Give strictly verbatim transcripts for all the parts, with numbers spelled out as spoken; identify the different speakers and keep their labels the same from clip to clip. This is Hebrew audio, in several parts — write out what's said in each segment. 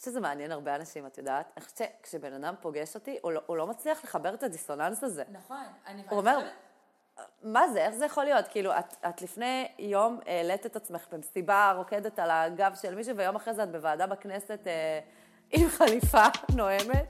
Speaker 1: חושבת שזה מעניין הרבה אנשים, את יודעת? אני חושבת שכשבן אדם פוגש אותי, הוא לא, הוא לא מצליח לחבר את הדיסוננס הזה.
Speaker 2: נכון. אני
Speaker 1: הוא אומר, מה זה? איך זה יכול להיות? כאילו, את, את לפני יום העלית את עצמך במסיבה, רוקדת על הגב של מישהו, ויום אחרי זה את בוועדה בכנסת אה, עם חליפה נואמת.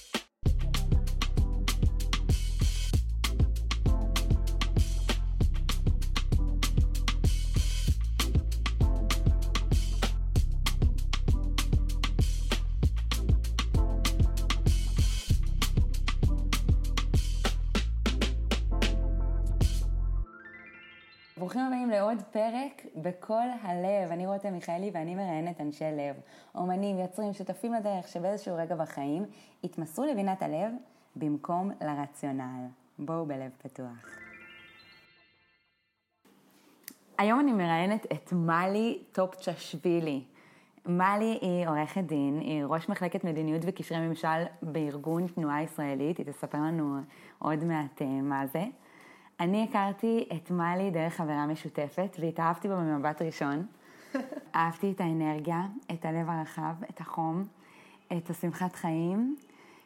Speaker 2: ברוכים הבאים לעוד פרק בכל הלב. אני רותם מיכאלי ואני מראיינת אנשי לב. אומנים, יוצרים, שותפים לדרך שבאיזשהו רגע בחיים התמסרו לבינת הלב במקום לרציונל. בואו בלב פתוח. היום אני מראיינת את מלי טופצ'שווילי. מלי היא עורכת דין, היא ראש מחלקת מדיניות וקשרי ממשל בארגון תנועה ישראלית. היא תספר לנו עוד מעט מה זה. אני הכרתי את מלי דרך חברה משותפת, והתאהבתי בה במבט ראשון. אהבתי את האנרגיה, את הלב הרחב, את החום, את השמחת חיים,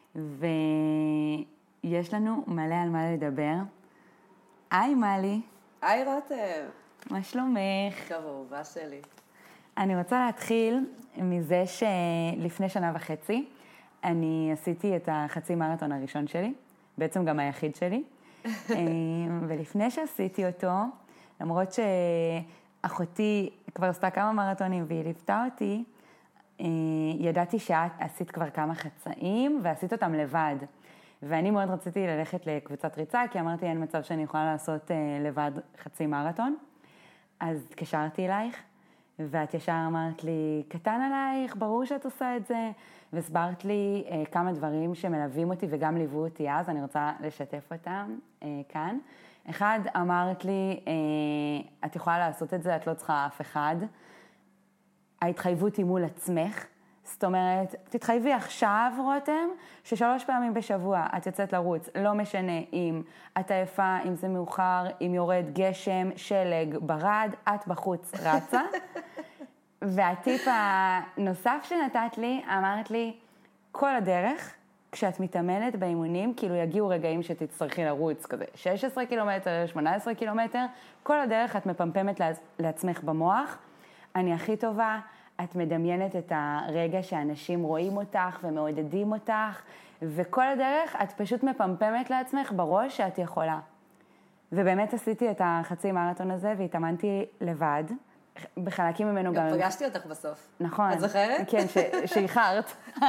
Speaker 2: ויש לנו מלא על מה לדבר. היי מלי.
Speaker 1: היי רותם.
Speaker 2: מה שלומך?
Speaker 1: טוב, אהובה שלי.
Speaker 2: אני רוצה להתחיל מזה שלפני שנה וחצי, אני עשיתי את החצי מרתון הראשון שלי, בעצם גם היחיד שלי. ולפני שעשיתי אותו, למרות שאחותי כבר עשתה כמה מרתונים והיא ליוותה אותי, ידעתי שאת עשית כבר כמה חצאים ועשית אותם לבד. ואני מאוד רציתי ללכת לקבוצת ריצה, כי אמרתי אין מצב שאני יכולה לעשות לבד חצי מרתון. אז התקשרתי אלייך, ואת ישר אמרת לי, קטן עלייך, ברור שאת עושה את זה, והסברת לי אה, כמה דברים שמלווים אותי וגם ליוו אותי אז, אני רוצה לשתף אותם אה, כאן. אחד, אמרת לי, אה, את יכולה לעשות את זה, את לא צריכה אף אחד. ההתחייבות היא מול עצמך, זאת אומרת, תתחייבי עכשיו, רותם, ששלוש פעמים בשבוע את יוצאת לרוץ, לא משנה אם את עייפה, אם זה מאוחר, אם יורד גשם, שלג, ברד, את בחוץ רצה. והטיפ הנוסף שנתת לי, אמרת לי, כל הדרך, כשאת מתאמנת באימונים, כאילו יגיעו רגעים שתצטרכי לרוץ, כזה שש עשרה קילומטר, שמונה עשרה קילומטר, כל הדרך את מפמפמת לעצמך במוח, אני הכי טובה, את מדמיינת את הרגע שאנשים רואים אותך ומעודדים אותך, וכל הדרך את פשוט מפמפמת לעצמך בראש שאת יכולה. ובאמת עשיתי את החצי מרתון הזה והתאמנתי לבד, בחלקים ממנו גם...
Speaker 1: גם פגשתי אותך בסוף.
Speaker 2: נכון.
Speaker 1: את זוכרת?
Speaker 2: כן, שאיחרת.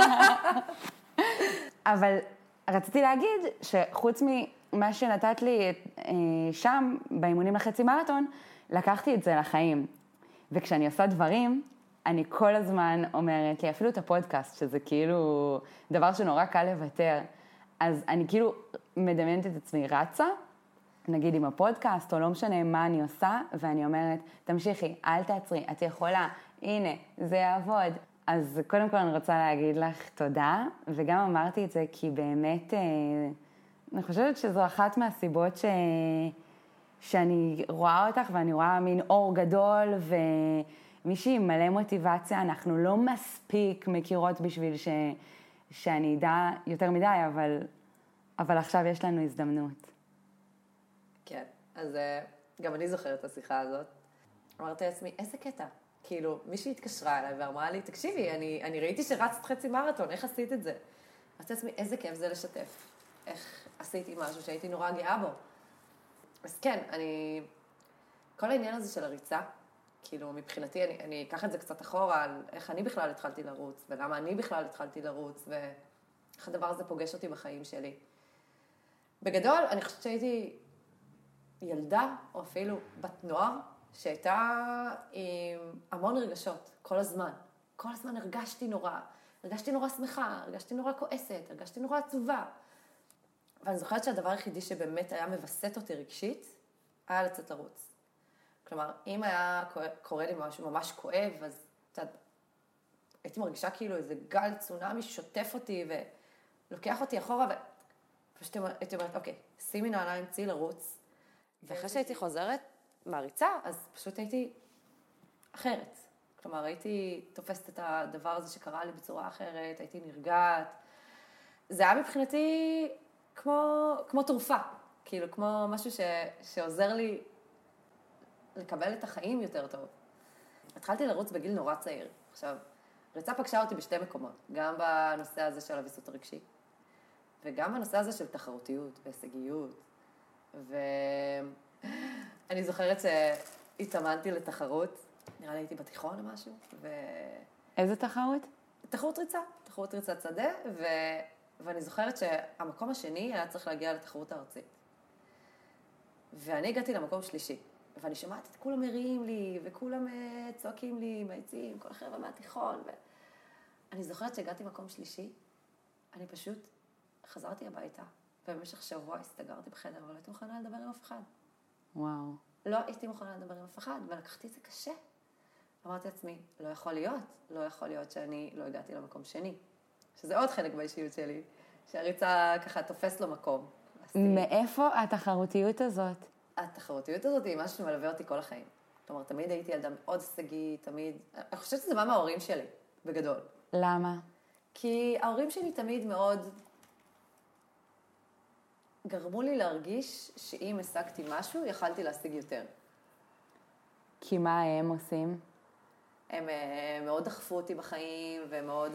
Speaker 2: אבל רציתי להגיד שחוץ ממה שנתת לי שם, באימונים לחצי מרתון, לקחתי את זה לחיים. וכשאני עושה דברים, אני כל הזמן אומרת לי, אפילו את הפודקאסט, שזה כאילו דבר שנורא קל לוותר, אז אני כאילו מדמיינת את עצמי רצה, נגיד עם הפודקאסט, או לא משנה מה אני עושה, ואני אומרת, תמשיכי, אל תעצרי, את יכולה, הנה, זה יעבוד. אז קודם כל אני רוצה להגיד לך תודה, וגם אמרתי את זה כי באמת, אני חושבת שזו אחת מהסיבות ש... שאני רואה אותך, ואני רואה מין אור גדול, ומישהי עם מלא מוטיבציה, אנחנו לא מספיק מכירות בשביל ש... שאני אדע יותר מדי, אבל, אבל עכשיו יש לנו הזדמנות.
Speaker 1: כן, אז גם אני זוכרת את השיחה הזאת. אמרתי לעצמי, איזה קטע? כאילו, מישהי התקשרה אליי ואמרה לי, תקשיבי, אני, אני ראיתי שרצת חצי מרתון, איך עשית את זה? אמרתי לעצמי, איזה כיף זה לשתף. איך עשיתי משהו שהייתי נורא גאה בו. אז כן, אני... כל העניין הזה של הריצה, כאילו, מבחינתי, אני, אני אקח את זה קצת אחורה על איך אני בכלל התחלתי לרוץ, ולמה אני בכלל התחלתי לרוץ, ואיך הדבר הזה פוגש אותי בחיים שלי. בגדול, אני חושבת שהייתי ילדה, או אפילו בת נוער, שהייתה עם המון רגשות, כל הזמן. כל הזמן הרגשתי נורא, הרגשתי נורא שמחה, הרגשתי נורא כועסת, הרגשתי נורא עצובה. ואני זוכרת שהדבר היחידי שבאמת היה מבסט אותי רגשית, היה לצאת לרוץ. כלומר, אם היה קורה לי משהו ממש כואב, אז תד... הייתי מרגישה כאילו איזה גל צונאמי שוטף אותי ולוקח אותי אחורה, ופשוט הייתי אומרת, אוקיי, שימי נעליים, צאי לרוץ. ואחרי שהייתי חוזרת מהריצה, אז פשוט הייתי אחרת. כלומר, הייתי תופסת את הדבר הזה שקרה לי בצורה אחרת, הייתי נרגעת. זה היה מבחינתי כמו, כמו תרופה, כאילו, כמו משהו ש, שעוזר לי לקבל את החיים יותר טוב. התחלתי לרוץ בגיל נורא צעיר. עכשיו, ריצה פגשה אותי בשתי מקומות, גם בנושא הזה של הוויסות הרגשי, וגם בנושא הזה של תחרותיות והישגיות. ואני זוכרת שהתאמנתי לתחרות, נראה לי הייתי בתיכון או משהו, ו...
Speaker 2: איזה תחרות?
Speaker 1: תחרות ריצה, תחרות ריצת שדה, ו... ואני זוכרת שהמקום השני היה צריך להגיע לתחרות הארצית. ואני הגעתי למקום שלישי, ואני שמעת את כולם מריעים לי, וכולם צועקים לי, מעצים, כל החבר'ה מהתיכון, ואני זוכרת שהגעתי למקום שלישי, אני פשוט חזרתי הביתה, ובמשך שבוע הסתגרתי בחדר, אבל לא הייתי מוכנה לדבר עם אף אחד.
Speaker 2: וואו.
Speaker 1: לא הייתי מוכנה לדבר עם אף אחד, ולקחתי את זה קשה. אמרתי לעצמי, לא יכול להיות, לא יכול להיות שאני לא הגעתי למקום שני. שזה עוד חלק באישיות שלי, שהריצה ככה תופס לו מקום.
Speaker 2: מאיפה התחרותיות הזאת?
Speaker 1: התחרותיות הזאת היא משהו שמלווה אותי כל החיים. כלומר, תמיד הייתי ילדה מאוד הישגית, תמיד... אני חושבת שזה בא מההורים שלי, בגדול.
Speaker 2: למה?
Speaker 1: כי ההורים שלי תמיד מאוד גרמו לי להרגיש שאם השגתי משהו, יכלתי להשיג יותר.
Speaker 2: כי מה הם עושים?
Speaker 1: הם מאוד דחפו אותי בחיים, ומאוד...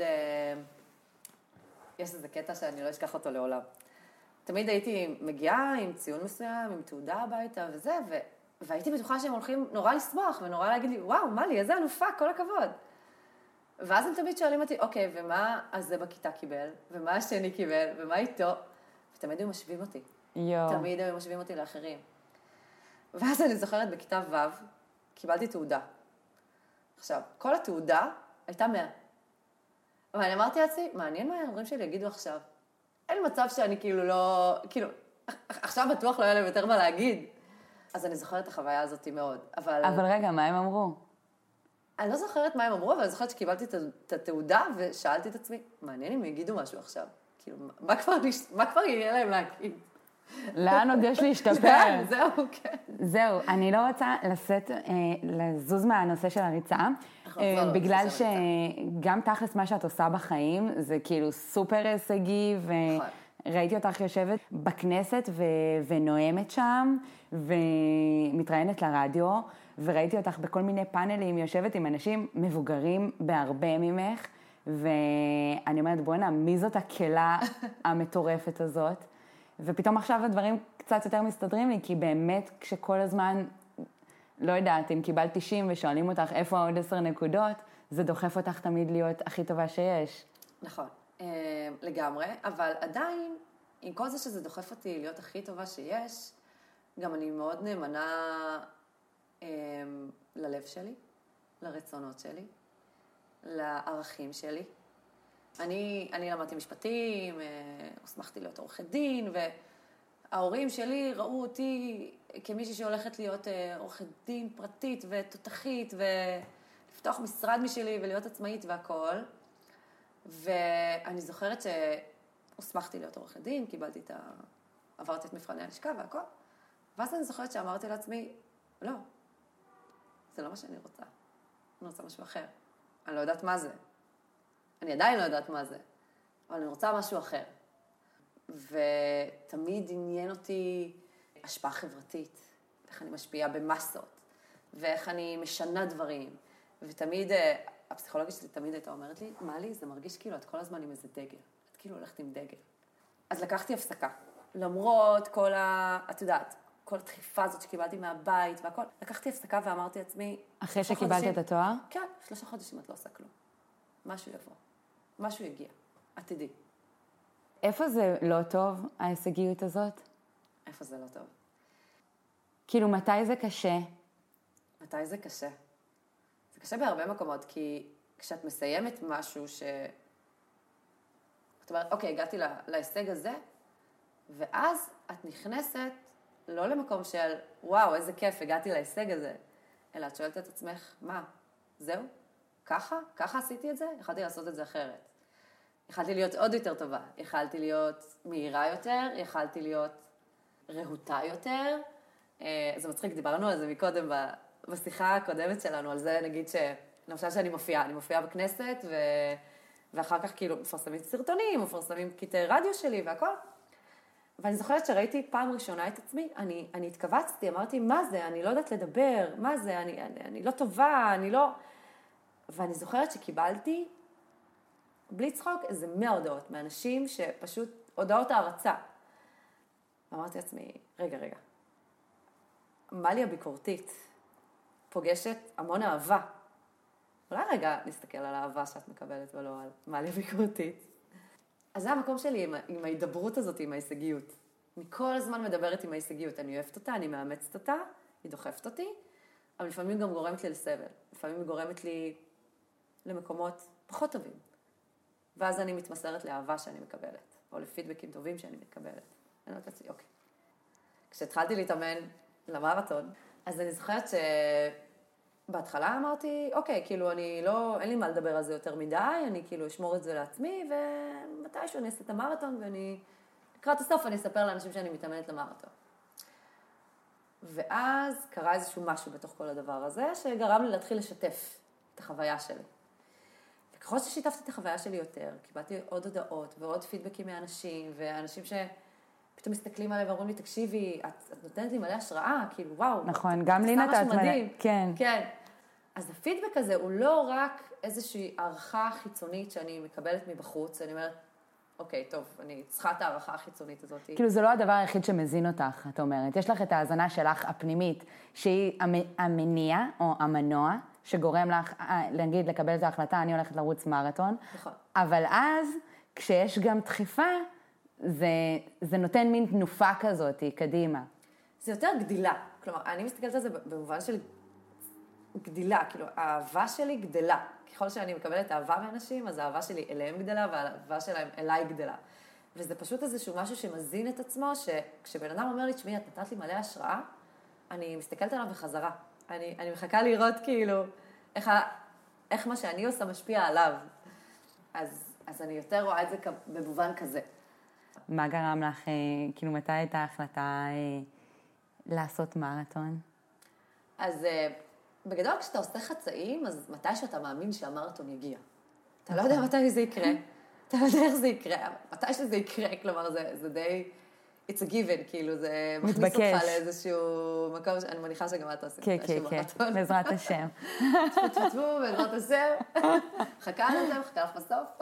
Speaker 1: יש איזה קטע שאני לא אשכח אותו לעולם. תמיד הייתי מגיעה עם ציון מסוים, עם תעודה הביתה וזה, ו... והייתי בטוחה שהם הולכים נורא לשמוח, ונורא להגיד לי, וואו, מה לי, איזה אלופה, כל הכבוד. ואז הם תמיד שואלים אותי, אוקיי, ומה הזה בכיתה קיבל, ומה השני קיבל, ומה איתו? ותמיד הם משווים אותי.
Speaker 2: יו.
Speaker 1: תמיד הם משווים אותי לאחרים. ואז אני זוכרת בכיתה ו', קיבלתי תעודה. עכשיו, כל התעודה הייתה מאה. ואני אמרתי לעצמי, מעניין מה ההורים שלי יגידו עכשיו. אין מצב שאני כאילו לא, כאילו, עכשיו בטוח לא היה להם יותר מה להגיד. אז אני זוכרת את החוויה הזאת מאוד, אבל...
Speaker 2: אבל רגע, מה הם אמרו?
Speaker 1: אני לא זוכרת מה הם אמרו, אבל אני זוכרת שקיבלתי את התעודה ושאלתי את עצמי, מעניין אם יגידו משהו עכשיו. כאילו, מה כבר, מה כבר יהיה להם להגיד?
Speaker 2: לאן עוד יש להשתפר?
Speaker 1: לאן, זהו, כן.
Speaker 2: זהו, אני לא רוצה לשאת, לזוז מהנושא של הריצה, בגלל שגם תכלס מה שאת עושה בחיים, זה כאילו סופר הישגי, וראיתי אותך יושבת בכנסת ונואמת שם, ומתראיינת לרדיו, וראיתי אותך בכל מיני פאנלים, יושבת עם אנשים מבוגרים בהרבה ממך, ואני אומרת, בוא'נה, מי זאת הקלה המטורפת הזאת? ופתאום עכשיו הדברים קצת יותר מסתדרים לי, כי באמת כשכל הזמן, לא יודעת, אם קיבלת תשעים ושואלים אותך איפה עוד עשר נקודות, זה דוחף אותך תמיד להיות הכי טובה שיש.
Speaker 1: נכון, לגמרי, אבל עדיין, עם כל זה שזה דוחף אותי להיות הכי טובה שיש, גם אני מאוד נאמנה ללב שלי, לרצונות שלי, לערכים שלי. אני, אני למדתי משפטים, הוסמכתי להיות עורכת דין, וההורים שלי ראו אותי כמישהי שהולכת להיות עורכת דין פרטית ותותחית, ולפתוח משרד משלי ולהיות עצמאית והכל. ואני זוכרת שהוסמכתי להיות עורכת דין, קיבלתי את ה... עברתי את מבחני הלשכה והכל. ואז אני זוכרת שאמרתי לעצמי, לא, זה לא מה שאני רוצה. אני רוצה משהו אחר. אני לא יודעת מה זה. אני עדיין לא יודעת מה זה, אבל אני רוצה משהו אחר. ותמיד עניין אותי השפעה חברתית, איך אני משפיעה במסות, ואיך אני משנה דברים. ותמיד, הפסיכולוגית שלי תמיד הייתה אומרת לי, מה לי? זה מרגיש כאילו את כל הזמן עם איזה דגל. את כאילו הולכת עם דגל. אז לקחתי הפסקה. למרות כל ה... את יודעת, כל הדחיפה הזאת שקיבלתי מהבית והכל, לקחתי הפסקה ואמרתי לעצמי...
Speaker 2: אחרי שקיבלת את התואר?
Speaker 1: כן, שלושה חודשים את לא עושה כלום. משהו יבוא. משהו יגיע, עתידי.
Speaker 2: איפה זה לא טוב, ההישגיות הזאת?
Speaker 1: איפה זה לא טוב?
Speaker 2: כאילו, מתי זה קשה?
Speaker 1: מתי זה קשה? זה קשה בהרבה מקומות, כי כשאת מסיימת משהו ש... את אומרת, אוקיי, הגעתי לה, להישג הזה, ואז את נכנסת לא למקום של, וואו, איזה כיף, הגעתי להישג הזה, אלא את שואלת את עצמך, מה? זהו? ככה? ככה עשיתי את זה? יכלתי לעשות את זה אחרת. יכלתי להיות עוד יותר טובה. יכלתי להיות מהירה יותר, יכלתי להיות רהוטה יותר. זה מצחיק, דיברנו על זה מקודם בשיחה הקודמת שלנו, על זה נגיד למשל שאני מופיעה, אני מופיעה בכנסת, ו... ואחר כך כאילו מפרסמים סרטונים, מפרסמים קטעי רדיו שלי והכל. ואני זוכרת שראיתי פעם ראשונה את עצמי, אני, אני התכווצתי, אמרתי, מה זה? אני לא יודעת לדבר, מה זה? אני, אני, אני לא טובה, אני לא... ואני זוכרת שקיבלתי, בלי צחוק, איזה מאה הודעות מאנשים שפשוט, הודעות הערצה. ואמרתי לעצמי, רגע, רגע, מלי הביקורתית פוגשת המון אהבה. אולי רגע נסתכל על האהבה שאת מקבלת ולא על מלי הביקורתית. אז זה המקום שלי עם, עם ההידברות הזאת, עם ההישגיות. אני כל הזמן מדברת עם ההישגיות, אני אוהבת אותה, אני מאמצת אותה, היא דוחפת אותי, אבל לפעמים גם גורמת לי לסבל. לפעמים היא גורמת לי למקומות פחות טובים. ואז אני מתמסרת לאהבה שאני מקבלת, או לפידבקים טובים שאני מקבלת. אני אומרת לעצמי, אוקיי. כשהתחלתי להתאמן למרתון, אז אני זוכרת שבהתחלה אמרתי, אוקיי, כאילו אני לא, אין לי מה לדבר על זה יותר מדי, אני כאילו אשמור את זה לעצמי, ומתישהו אני אעשה את המרתון, ואני, לקראת הסוף אני אספר לאנשים שאני מתאמנת למרתון. ואז קרה איזשהו משהו בתוך כל הדבר הזה, שגרם לי להתחיל לשתף את החוויה שלי. וככל ששיתפתי את החוויה שלי יותר, קיבלתי עוד הודעות ועוד פידבקים מאנשים, ואנשים שפתאום מסתכלים עליי ואומרים לי, תקשיבי, את, את נותנת לי מלא השראה, כאילו וואו.
Speaker 2: נכון, גם לי נתת מלא. כן.
Speaker 1: כן. אז הפידבק הזה הוא לא רק איזושהי הערכה חיצונית שאני מקבלת מבחוץ, אני אומרת, אוקיי, טוב, אני צריכה את הערכה החיצונית הזאת.
Speaker 2: כאילו זה לא הדבר היחיד שמזין אותך, את אומרת. יש לך את ההזנה שלך הפנימית, שהיא המניע או המנוע, שגורם לך, להגיד, לקבל את ההחלטה, אני הולכת לרוץ מרתון.
Speaker 1: נכון.
Speaker 2: אבל אז, כשיש גם דחיפה, זה, זה נותן מין תנופה כזאת, קדימה.
Speaker 1: זה יותר גדילה. כלומר, אני מסתכלת על זה במובן של גדילה. כאילו, האהבה שלי גדלה. ככל שאני מקבלת אהבה מאנשים, אז האהבה שלי אליהם גדלה, והאהבה שלהם אליי גדלה. וזה פשוט איזשהו משהו שמזין את עצמו, שכשבן אדם אומר לי, תשמעי, את נתת לי מלא השראה, אני מסתכלת עליו בחזרה. אני, אני מחכה לראות כאילו איך, איך מה שאני עושה משפיע עליו. אז, אז אני יותר רואה את זה במובן כזה.
Speaker 2: מה גרם לך, כאילו מתי הייתה ההחלטה לעשות מרתון?
Speaker 1: אז בגדול כשאתה עושה חצאים, אז מתי שאתה מאמין שהמרתון יגיע. אתה לא יודע מתי זה יקרה. אתה לא יודע איך זה יקרה. מתי שזה יקרה, כלומר זה, זה די... It's a given, כאילו זה מכניס אותך לאיזשהו מקום, אני מניחה שגם את עושה.
Speaker 2: כן, כן, כן, בעזרת השם.
Speaker 1: תפתפו, בעזרת השם. חכה לזה, חכה לך בסוף.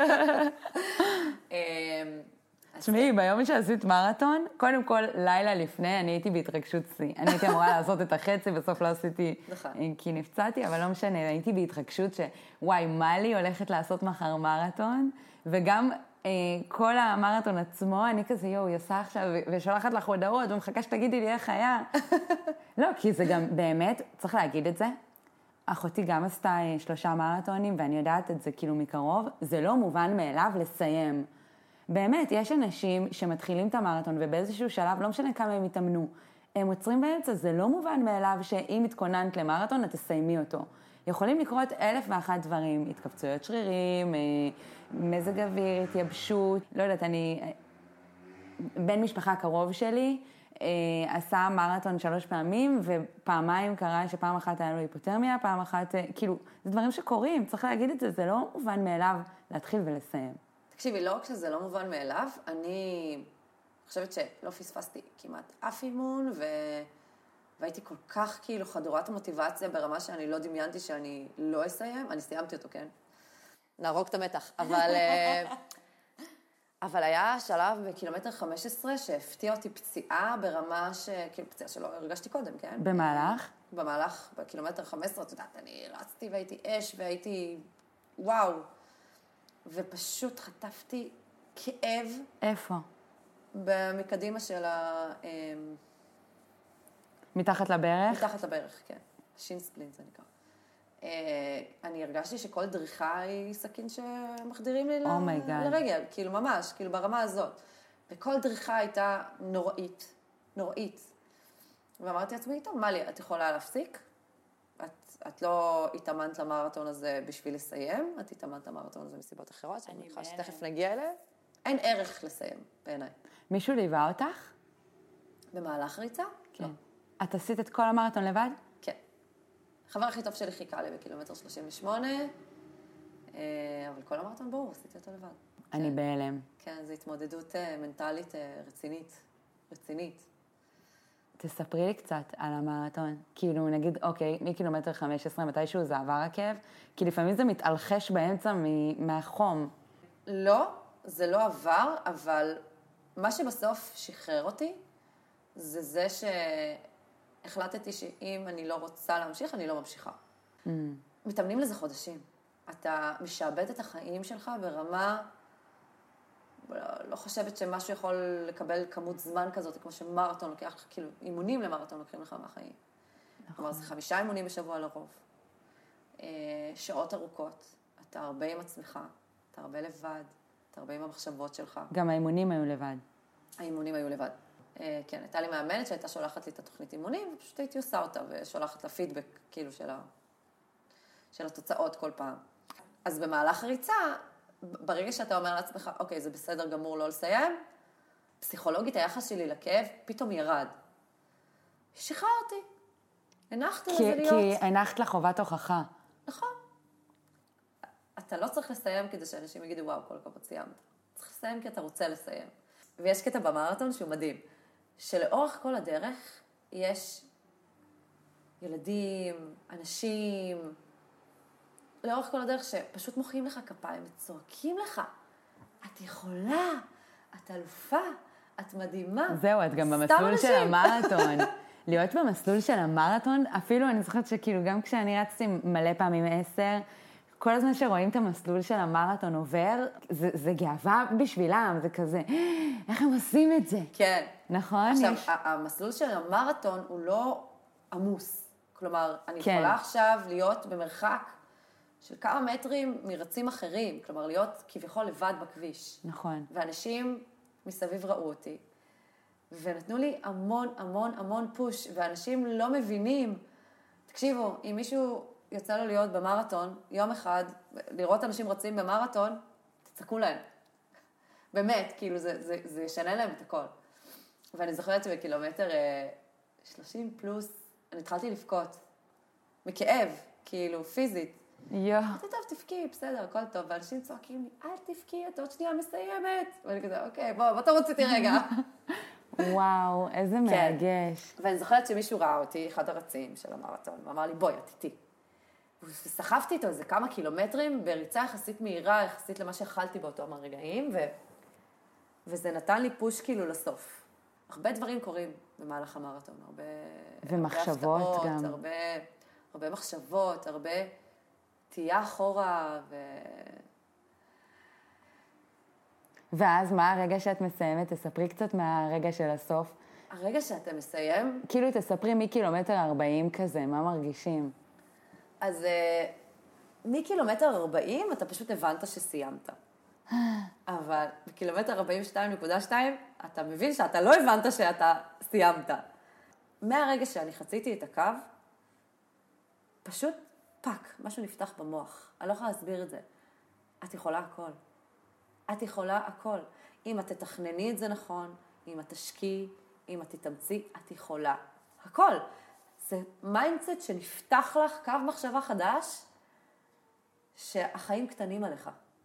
Speaker 2: תשמעי, ביום שעשית מרתון, קודם כל, לילה לפני, אני הייתי בהתרגשות שיא. אני הייתי אמורה לעשות את החצי, בסוף לא עשיתי, כי נפצעתי, אבל לא משנה, הייתי בהתרגשות שוואי, מלי הולכת לעשות מחר מרתון, וגם כל המרתון עצמו, אני כזה, יואו, היא עושה עכשיו, ושולחת לך הודעות, ומחכה שתגידי לי איך היה. לא, כי זה גם באמת, צריך להגיד את זה, אחותי גם עשתה שלושה מרתונים, ואני יודעת את זה כאילו מקרוב, זה לא מובן מאליו לסיים. באמת, יש אנשים שמתחילים את המרתון, ובאיזשהו שלב, לא משנה כמה הם יתאמנו, הם עוצרים באמצע, זה לא מובן מאליו שאם התכוננת למרתון, את תסיימי אותו. יכולים לקרות אלף ואחת דברים, התכווצויות שרירים, מזג אוויר, התייבשות, לא יודעת, אני, בן משפחה קרוב שלי, עשה מרתון שלוש פעמים, ופעמיים קרה שפעם אחת היה לו היפותרמיה, פעם אחת, כאילו, זה דברים שקורים, צריך להגיד את זה, זה לא מובן מאליו להתחיל ולסיים.
Speaker 1: תקשיבי, לא רק שזה לא מובן מאליו, אני חושבת שלא פספסתי כמעט אף אימון, ו... והייתי כל כך כאילו חדורת המוטיבציה ברמה שאני לא דמיינתי שאני לא אסיים, אני סיימתי אותו, כן? נהרוג את המתח, אבל... אבל היה שלב בקילומטר חמש עשרה שהפתיע אותי פציעה ברמה ש... כאילו פציעה שלא הרגשתי קודם, כן?
Speaker 2: במהלך?
Speaker 1: במהלך, בקילומטר חמש עשרה, את יודעת, אני רצתי והייתי אש והייתי... וואו. ופשוט חטפתי כאב.
Speaker 2: איפה?
Speaker 1: במקדימה של ה...
Speaker 2: מתחת לברך?
Speaker 1: מתחת לברך, כן. שין ספלינט זה נקרא. אני הרגשתי שכל דריכה היא סכין שמחדירים לי
Speaker 2: oh
Speaker 1: לרגל, כאילו ממש, כאילו ברמה הזאת. וכל דריכה הייתה נוראית, נוראית. ואמרתי לעצמי, טוב, מלי, את יכולה להפסיק? את, את לא התאמנת למרתון הזה בשביל לסיים, את התאמנת למרתון הזה מסיבות אחרות, שאני מניחה שתכף נגיע אליהם. אין ערך לסיים, בעיניי.
Speaker 2: מישהו ליווה אותך?
Speaker 1: במהלך ריצה?
Speaker 2: כן. לא. את עשית את כל המרתון לבד?
Speaker 1: כן. החבר הכי טוב שלי חיכה לי בקילומטר שלושים ושמונה, אבל כל המרתון ברור, עשיתי אותו לבד.
Speaker 2: אני בהלם.
Speaker 1: כן, זו התמודדות מנטלית רצינית, רצינית.
Speaker 2: תספרי לי קצת על המרתון. כאילו, נגיד, אוקיי, מקילומטר חמש עשרה, מתישהו זה עבר הכאב, כי לפעמים זה מתאלחש באמצע מהחום.
Speaker 1: לא, זה לא עבר, אבל מה שבסוף שחרר אותי, זה זה שהחלטתי שאם אני לא רוצה להמשיך, אני לא ממשיכה. Mm. מתאמנים לזה חודשים. אתה משעבד את החיים שלך ברמה, לא, לא חושבת שמשהו יכול לקבל כמות זמן כזאת, כמו שמרתון לוקח, כאילו, אימונים למרתון לוקחים לך מהחיים. נכון. כלומר, זה חמישה אימונים בשבוע לרוב. שעות ארוכות, אתה הרבה עם עצמך, אתה הרבה לבד, אתה הרבה עם המחשבות שלך.
Speaker 2: גם האימונים היו לבד.
Speaker 1: האימונים היו לבד. כן, הייתה לי מאמנת שהייתה שולחת לי את התוכנית אימונים, ופשוט הייתי עושה אותה, ושולחת לה פידבק, כאילו, של, ה... של התוצאות כל פעם. אז במהלך הריצה, ברגע שאתה אומר לעצמך, אוקיי, זה בסדר גמור לא לסיים, פסיכולוגית היחס שלי לכאב פתאום ירד. שחררתי. הנחת לזה להיות.
Speaker 2: כי הנחת לחובת הוכחה.
Speaker 1: נכון. אתה לא צריך לסיים כדי שאנשים יגידו, וואו, כל הכבוד סיימת. צריך לסיים כי אתה רוצה לסיים. ויש קטע במרתון שהוא מדהים, שלאורך כל הדרך יש ילדים, אנשים, לאורך כל הדרך שפשוט מוחאים לך כפיים וצועקים לך, את יכולה, את אלופה, את מדהימה.
Speaker 2: זהו, את גם במסלול של המרתון. להיות במסלול של המרתון, אפילו אני זוכרת שכאילו גם כשאני רצתי מלא פעמים עשר, כל הזמן שרואים את המסלול של המרתון עובר, זה, זה גאווה בשבילם, זה כזה, איך הם עושים את זה?
Speaker 1: כן.
Speaker 2: נכון?
Speaker 1: עכשיו,
Speaker 2: יש...
Speaker 1: המסלול של המרתון הוא לא עמוס. כלומר, אני
Speaker 2: כן.
Speaker 1: יכולה עכשיו להיות במרחק של כמה מטרים מרצים אחרים, כלומר, להיות כביכול לבד בכביש.
Speaker 2: נכון.
Speaker 1: ואנשים מסביב ראו אותי, ונתנו לי המון, המון, המון פוש, ואנשים לא מבינים. תקשיבו, אם מישהו יוצא לו להיות במרתון, יום אחד, לראות אנשים רצים במרתון, תצעקו להם. באמת, כאילו, זה, זה, זה ישנה להם את הכל. ואני זוכרת שבקילומטר שלושים פלוס, אני התחלתי לבכות. מכאב, כאילו, פיזית.
Speaker 2: יו.
Speaker 1: אמרתי, טוב, תפקי, בסדר, הכל טוב. ואנשים צועקים לי, אל תפקי, את עוד שנייה מסיימת. ואני כזה, אוקיי, בוא, בוא תרוץ איתי רגע.
Speaker 2: וואו, איזה מרגש.
Speaker 1: ואני זוכרת שמישהו ראה אותי, אחד הרצים של המרתון, ואמר לי, בואי, את איתי. וסחפתי איתו איזה כמה קילומטרים, בריצה יחסית מהירה, יחסית למה שאכלתי באותו הרגעים, ו... וזה נתן לי פוש כאילו לסוף. הרבה דברים קורים במהלך המרתון, הרבה...
Speaker 2: ומחשבות
Speaker 1: הרבה
Speaker 2: גם.
Speaker 1: הרבה, הרבה מחשבות, הרבה תהיה אחורה, ו...
Speaker 2: ואז מה הרגע שאת מסיימת? תספרי קצת מהרגע של הסוף.
Speaker 1: הרגע שאתה מסיים...
Speaker 2: כאילו תספרי מקילומטר ארבעים כזה, מה מרגישים?
Speaker 1: אז מקילומטר ארבעים אתה פשוט הבנת שסיימת. אבל בקילומטר ארבעים ושתיים נקודה שתיים אתה מבין שאתה לא הבנת שאתה סיימת. מהרגע שאני חציתי את הקו, פשוט פק, משהו נפתח במוח. אני לא יכולה להסביר את זה. את יכולה הכל. את יכולה הכל. אם את תתכנני את זה נכון, אם את תשקיעי, אם את תתאמצי, את יכולה הכל. זה מיינדסט שנפתח לך קו מחשבה חדש, שהחיים קטנים עליך.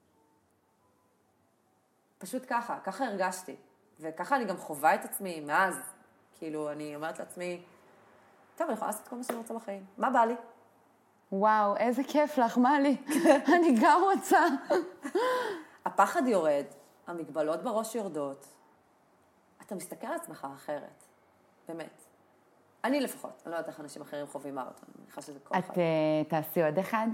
Speaker 1: פשוט ככה, ככה הרגשתי. וככה אני גם חובה את עצמי מאז. כאילו, אני אומרת לעצמי, טוב, אני יכולה לעשות כל מה שאני רוצה בחיים. מה בא לי?
Speaker 2: וואו, איזה כיף לך, מה לי? אני גם רוצה.
Speaker 1: הפחד יורד, המגבלות בראש יורדות. אתה מסתכל על עצמך אחרת. באמת. אני לפחות, אני לא יודעת איך אנשים אחרים חווים מרתון, אני חושבת שזה כל אחד.
Speaker 2: את תעשי עוד אחד?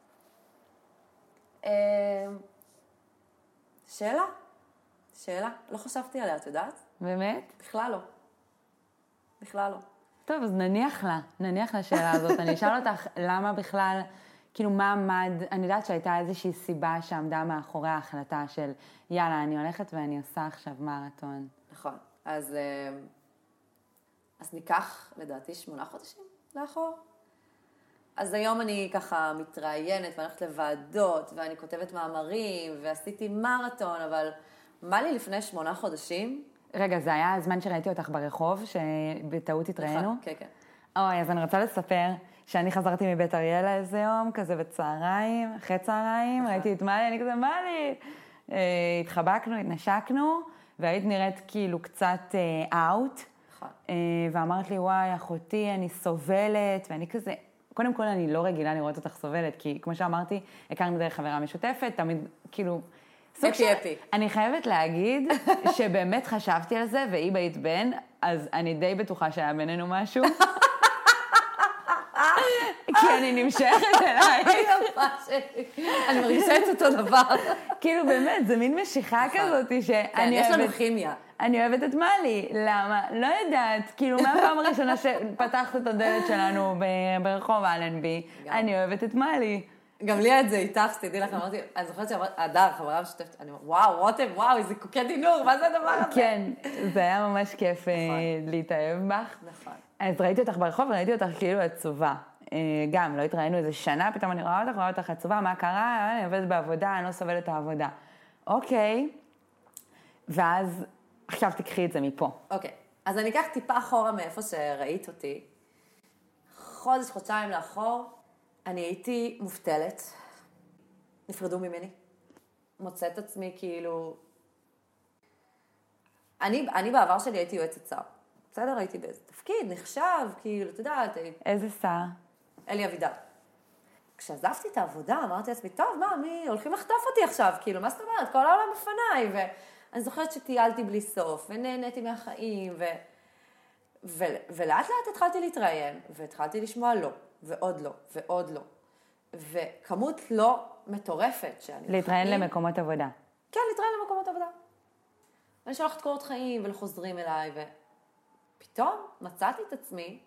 Speaker 1: שאלה, שאלה, לא חשבתי עליה, את יודעת?
Speaker 2: באמת?
Speaker 1: בכלל לא, בכלל לא.
Speaker 2: טוב, אז נניח לה, נניח לשאלה הזאת, אני אשאל אותך למה בכלל, כאילו מה עמד, אני יודעת שהייתה איזושהי סיבה שעמדה מאחורי ההחלטה של יאללה, אני הולכת ואני עושה עכשיו מרתון.
Speaker 1: נכון, אז... אז ניקח, לדעתי, שמונה חודשים לאחור. אז היום אני ככה מתראיינת, ואני הולכת לוועדות, ואני כותבת מאמרים, ועשיתי מרתון, אבל מה לי לפני שמונה חודשים?
Speaker 2: רגע, זה היה הזמן שראיתי אותך ברחוב, שבטעות התראינו?
Speaker 1: כן, כן.
Speaker 2: אוי, אז אני רוצה לספר שאני חזרתי מבית אריאלה איזה יום, כזה בצהריים, אחרי צהריים, ראיתי את מאלי, אני כזה, מאלי, התחבקנו, התנשקנו, והיית נראית כאילו קצת אאוט, ואמרת לי, וואי, אחותי, אני סובלת, ואני כזה, קודם כל אני לא רגילה לראות אותך סובלת, כי כמו שאמרתי, הכרנו דרך חברה משותפת, תמיד, כאילו, סוג של... אפי. אני חייבת להגיד שבאמת חשבתי על זה, והיא בית בן, אז אני די בטוחה שהיה בינינו משהו. כי אני נמשכת אלייך.
Speaker 1: אני מרגישה את אותו דבר.
Speaker 2: כאילו באמת, זה מין משיכה כזאת שאני
Speaker 1: אוהבת... כן, יש לנו כימיה.
Speaker 2: אני אוהבת את מאלי. למה? לא יודעת. כאילו, מהפעם הראשונה שפתחת את הדלת שלנו ברחוב אלנבי, אני אוהבת את מאלי.
Speaker 1: גם לי את זה איתך, שתדעי לך, אמרתי, אני זוכרת שאמרת, הדר, חברה משותפת, אני אומרת, וואו, רותם, וואו, איזה קוקי דינור, מה זה הדבר הזה?
Speaker 2: כן, זה היה ממש כיף להתאהב בך.
Speaker 1: נכון.
Speaker 2: אז ראיתי אותך ברחוב, וראיתי אותך כאילו עצובה. גם, לא התראינו איזה שנה, פתאום אני רואה אותך, רואה אותך עצובה, מה קרה? אני עובדת בעבודה, אני לא סובלת את העבודה. אוקיי, ואז עכשיו תקחי את זה מפה.
Speaker 1: אוקיי, אז אני אקח טיפה אחורה מאיפה שראית אותי. חודש, חודשיים לאחור, אני הייתי מובטלת, נפרדו ממני, מוצאת עצמי כאילו... אני, אני בעבר שלי הייתי יועצת שר, בסדר? הייתי באיזה תפקיד, נחשב, כאילו, אתה יודעת...
Speaker 2: איזה שר?
Speaker 1: אלי אבידר. כשעזבתי את העבודה, אמרתי לעצמי, טוב, מה, מי הולכים לחטוף אותי עכשיו? כאילו, מה זאת אומרת? כל העולם בפניי, ואני זוכרת שטיילתי בלי סוף, ונהניתי מהחיים, ו... ו... ולאט לאט התחלתי להתראיין, והתחלתי לשמוע לא. ועוד לא, ועוד לא. וכמות לא מטורפת שאני...
Speaker 2: להתראיין חיים... למקומות עבודה.
Speaker 1: כן, להתראיין למקומות עבודה. ואני שולחת קורות חיים ולחוזרים אליי, ופתאום מצאתי את עצמי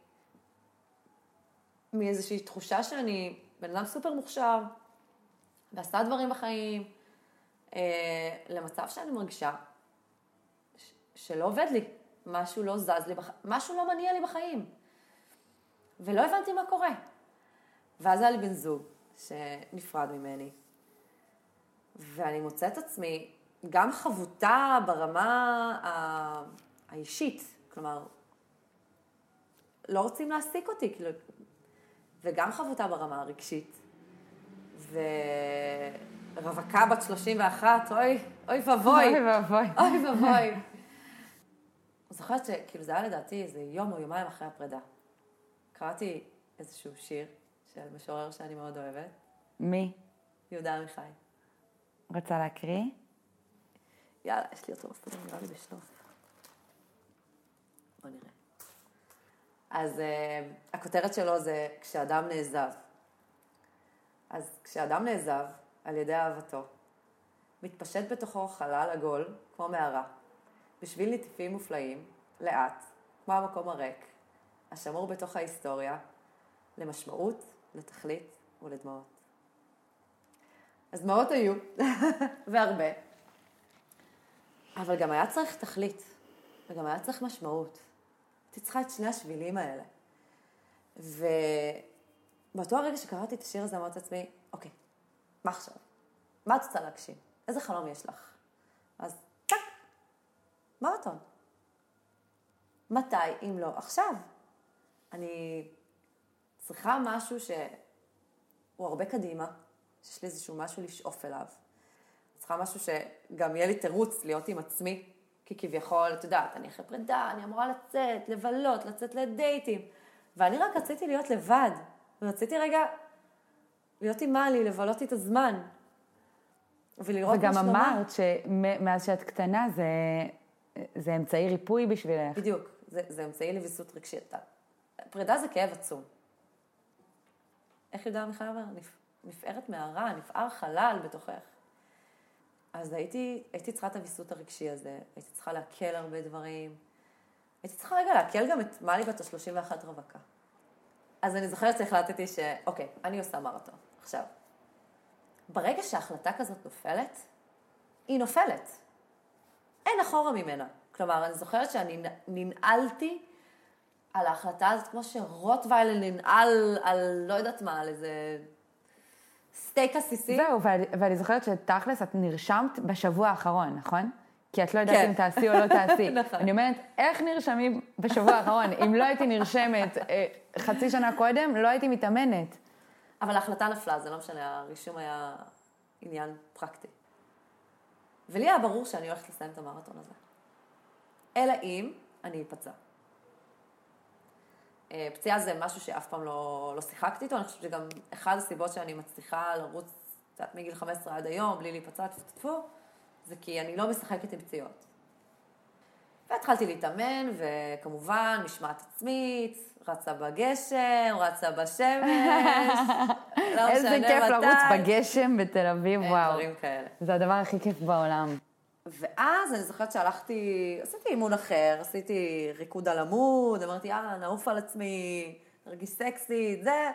Speaker 1: מאיזושהי תחושה שאני בן אדם סופר מוכשר, ועשה דברים בחיים, אה, למצב שאני מרגישה ש... שלא עובד לי, משהו לא זז לי, בח... משהו לא מניע לי בחיים. ולא הבנתי מה קורה. ואז היה לי בן זוג שנפרד ממני, ואני מוצאת עצמי גם חבותה ברמה האישית, כלומר, לא רוצים להעסיק אותי, כאילו, וגם חבותה ברמה הרגשית. ורווקה בת שלושים ואחת, אוי, אוי ובוי.
Speaker 2: אוי ובוי.
Speaker 1: אוי ובוי. זוכרת שכאילו זה היה לדעתי איזה יום או יומיים אחרי הפרידה. קראתי איזשהו שיר של משורר שאני מאוד אוהבת.
Speaker 2: מי?
Speaker 1: יהודה עמיחי.
Speaker 2: רוצה להקריא?
Speaker 1: יאללה, יש לי אותו מספיק, נראה לי בשלוף. בוא נראה. אז uh, הכותרת שלו זה כשאדם נעזב. אז כשאדם נעזב על ידי אהבתו, מתפשט בתוכו חלל עגול כמו מערה, בשביל נטיפים מופלאים, לאט, כמו המקום הריק, השמור בתוך ההיסטוריה, למשמעות, לתכלית ולדמעות. אז דמעות היו, והרבה. אבל גם היה צריך תכלית, וגם היה צריך משמעות. הייתי צריכה את שני השבילים האלה. ובאותו הרגע שקראתי את השיר הזה, אמרתי לעצמי, אוקיי, מה עכשיו? מה את רוצה להגשים? איזה חלום יש לך? אז טק, מרתון. מתי, אם לא, עכשיו? אני צריכה משהו שהוא הרבה קדימה, שיש לי איזשהו משהו לשאוף אליו. צריכה משהו שגם יהיה לי תירוץ להיות עם עצמי, כי כביכול, את יודעת, אני אחרי פרידה, אני אמורה לצאת, לבלות, לצאת לדייטים, ואני רק רציתי להיות לבד, ורציתי רגע להיות עם מאלי, לבלות את הזמן, ולראות מה שלמה.
Speaker 2: וגם אמרת שמאז שאת קטנה זה, זה אמצעי ריפוי בשבילך.
Speaker 1: בדיוק, זה, זה אמצעי לביסות רגשי. פרידה זה כאב עצום. איך יהודה עמיחי אומר? נפערת מערה, נפער חלל בתוכך. אז הייתי, הייתי צריכה את הביסות הרגשי הזה, הייתי צריכה להקל הרבה דברים, הייתי צריכה רגע להקל גם את מאלי בת ה-שלושים ואחת רווקה. אז אני זוכרת שהחלטתי ש... אוקיי, אני עושה מרתון. עכשיו, ברגע שההחלטה כזאת נופלת, היא נופלת. אין אחורה ממנה. כלומר, אני זוכרת שאני ננעלתי על ההחלטה הזאת, כמו שרוטוויילר ננעל על לא יודעת מה, על איזה... סטייק עסיסי.
Speaker 2: זהו, ואני, ואני זוכרת שתכלס את נרשמת בשבוע האחרון, נכון? כי את לא יודעת אם תעשי או לא תעשי. אני אומרת, איך נרשמים בשבוע האחרון? אם לא הייתי נרשמת חצי שנה קודם, לא הייתי מתאמנת.
Speaker 1: אבל ההחלטה נפלה, זה לא משנה, הרישום היה עניין פרקטי. ולי היה ברור שאני הולכת לסיים את המרתון הזה. אלא אם אני אפצע. פציעה זה משהו שאף פעם לא, לא שיחקתי איתו, אני חושבת שגם אחד הסיבות שאני מצליחה לרוץ מגיל חמש עשרה עד היום, בלי להיפצע, תפתפו, זה כי אני לא משחקת עם פציעות. והתחלתי להתאמן, וכמובן, משמעת עצמית, רצה בגשם, רצה בשמש. לא
Speaker 2: איזה כיף לרוץ בגשם בתל אביב, וואו.
Speaker 1: דברים כאלה.
Speaker 2: זה הדבר הכי כיף בעולם.
Speaker 1: ואז אני זוכרת שהלכתי, עשיתי אימון אחר, עשיתי ריקוד על עמוד, אמרתי, יאללה, נעוף על עצמי, נרגיש סקסית, זה.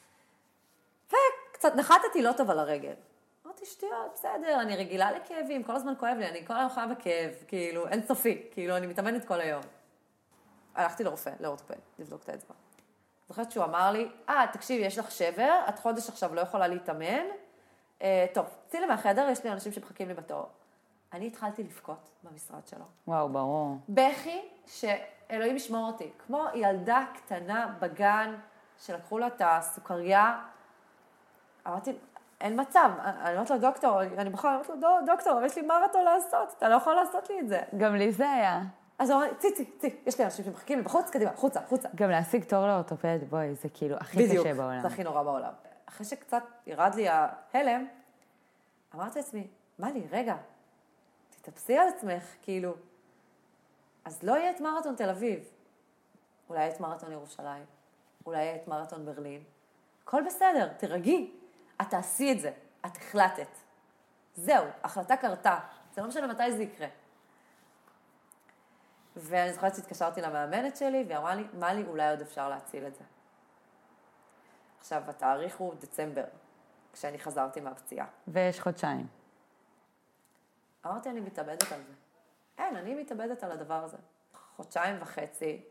Speaker 1: וקצת נחתתי לא טוב על הרגל. אמרתי, שטויות, בסדר, אני רגילה לכאבים, כל הזמן כואב לי, אני כל היום חיה בכאב, כאילו, אין סופי, כאילו, אני מתאמנת כל היום. הלכתי לרופא, לאורתופד, לבדוק את האצבע. זוכרת שהוא אמר לי, אה, תקשיבי, יש לך שבר, את חודש עכשיו לא יכולה להתאמן, אה, טוב, צאי לי מהחדר, יש לי אנשים שמחכים לי בתור. אני התחלתי לבכות במשרד שלו.
Speaker 2: וואו, ברור.
Speaker 1: בכי שאלוהים ישמור אותי, כמו ילדה קטנה בגן, שלקחו לה את הסוכריה, אמרתי, אין מצב, אני אומרת לו, דוקטור, אני בכל, אני אומרת לו, דוקטור, יש לי מרתון לעשות, אתה לא יכול לעשות לי את זה.
Speaker 2: גם לי זה היה.
Speaker 1: אז הוא אמר, צי, צי, צי, יש לי אנשים שמחכים לי בחוץ, קדימה, חוצה, חוצה.
Speaker 2: גם להשיג תור לאורתופד, בואי, זה כאילו הכי
Speaker 1: בדיוק,
Speaker 2: קשה בעולם.
Speaker 1: זה הכי נורא בעולם. אחרי שקצת ירד לי ההלם, אמרתי לעצמי, מה לי, רגע, תתאפסי על עצמך, כאילו, אז לא יהיה את מרתון תל אביב, אולי יהיה את מרתון ירושלים, אולי יהיה את מרתון ברלין, הכל בסדר, תרגי, את תעשי את זה, את החלטת. זהו, החלטה קרתה, זה לא משנה מתי זה יקרה. ואני זוכרת שהתקשרתי למאמנת שלי, והיא אמרה לי, מה לי, אולי עוד אפשר להציל את זה. עכשיו, התאריך הוא דצמבר, כשאני חזרתי מהפציעה.
Speaker 2: ויש חודשיים.
Speaker 1: אמרתי, אני מתאבדת על זה. אין, אני מתאבדת על הדבר הזה. חודשיים וחצי,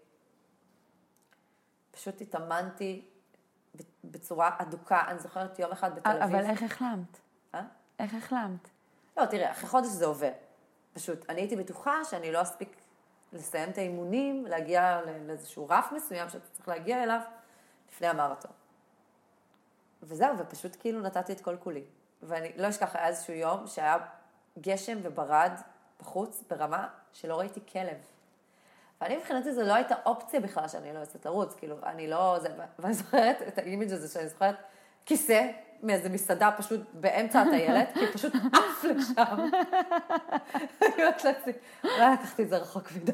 Speaker 1: פשוט התאמנתי בצורה אדוקה. אני זוכרת יום אחד בתל אביב.
Speaker 2: אבל איך החלמת?
Speaker 1: אה?
Speaker 2: איך החלמת?
Speaker 1: לא, תראה, אחרי חודש זה עובר. פשוט, אני הייתי בטוחה שאני לא אספיק לסיים את האימונים, להגיע לאיזשהו רף מסוים שאתה צריך להגיע אליו לפני המרתון. וזהו, ופשוט כאילו נתתי את כל כולי. ואני לא אשכח, היה איזשהו יום שהיה גשם וברד בחוץ ברמה שלא ראיתי כלב. ואני מבחינתי זה לא הייתה אופציה בכלל שאני לא יוצאת לרוץ, כאילו אני לא, זה, ואני זוכרת את האימג' הזה שאני זוכרת כיסא מאיזה מסעדה פשוט באמצע הטיילת, כי פשוט עף לשם. אני אומרת לעצמי, אולי לקחתי את זה רחוק מדי.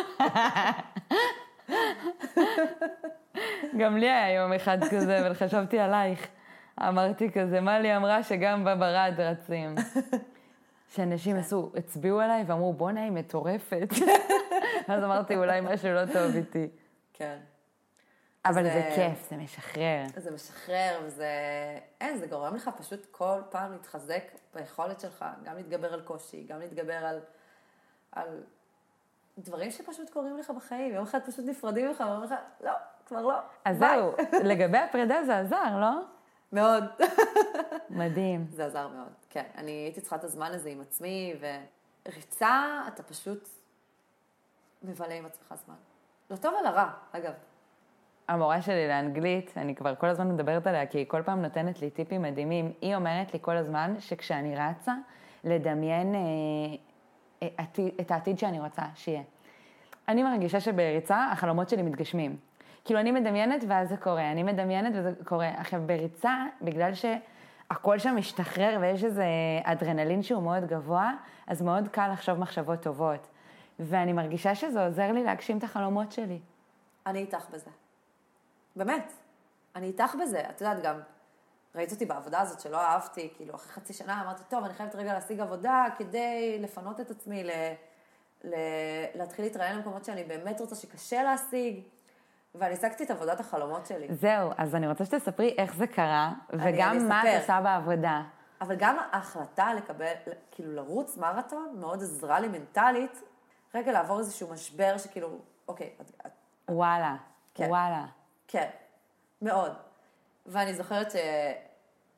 Speaker 2: גם לי היה יום אחד כזה, אבל חשבתי עלייך. אמרתי כזה, מה לי אמרה שגם בברד רצים. שאנשים עשו, הצביעו עליי ואמרו, בונה, היא מטורפת. אז אמרתי, אולי משהו לא טוב איתי.
Speaker 1: כן.
Speaker 2: אבל זה כיף, זה משחרר.
Speaker 1: זה משחרר, וזה, אין, זה גורם לך פשוט כל פעם להתחזק ביכולת שלך, גם להתגבר על קושי, גם להתגבר על, על דברים שפשוט קורים לך בחיים. יום אחד פשוט נפרדים לך, ואומרים לך, לא, כבר לא.
Speaker 2: אז זהו, לגבי הפרידה זה עזר, לא?
Speaker 1: מאוד.
Speaker 2: מדהים.
Speaker 1: זה עזר מאוד, כן. אני הייתי צריכה את הזמן הזה עם עצמי, וריצה, אתה פשוט מבלה עם עצמך זמן. לא טוב על הרע, אגב.
Speaker 2: המורה שלי לאנגלית, אני כבר כל הזמן מדברת עליה, כי היא כל פעם נותנת לי טיפים מדהימים. היא אומרת לי כל הזמן שכשאני רצה, לדמיין אה, אה, עתיד, את העתיד שאני רוצה שיהיה. אני מרגישה שבריצה החלומות שלי מתגשמים. כאילו אני מדמיינת ואז זה קורה, אני מדמיינת וזה קורה. עכשיו בריצה, בגלל שהכל שם משתחרר ויש איזה אדרנלין שהוא מאוד גבוה, אז מאוד קל לחשוב מחשבות טובות. ואני מרגישה שזה עוזר לי להגשים את החלומות שלי.
Speaker 1: אני איתך בזה. באמת. אני איתך בזה. את יודעת גם, ראית אותי בעבודה הזאת שלא אהבתי, כאילו אחרי חצי שנה אמרתי, טוב, אני חייבת רגע להשיג עבודה כדי לפנות את עצמי, ל... ל... להתחיל להתראיין למקומות שאני באמת רוצה שקשה להשיג. ואני השגתי את עבודת החלומות שלי.
Speaker 2: זהו, אז אני רוצה שתספרי איך זה קרה, וגם אני, אני מה את עושה בעבודה.
Speaker 1: אבל גם ההחלטה לקבל, כאילו לרוץ מרתון, מאוד עזרה לי מנטלית, רגע לעבור איזשהו משבר שכאילו, אוקיי. את,
Speaker 2: וואלה,
Speaker 1: כן,
Speaker 2: וואלה.
Speaker 1: כן, מאוד. ואני זוכרת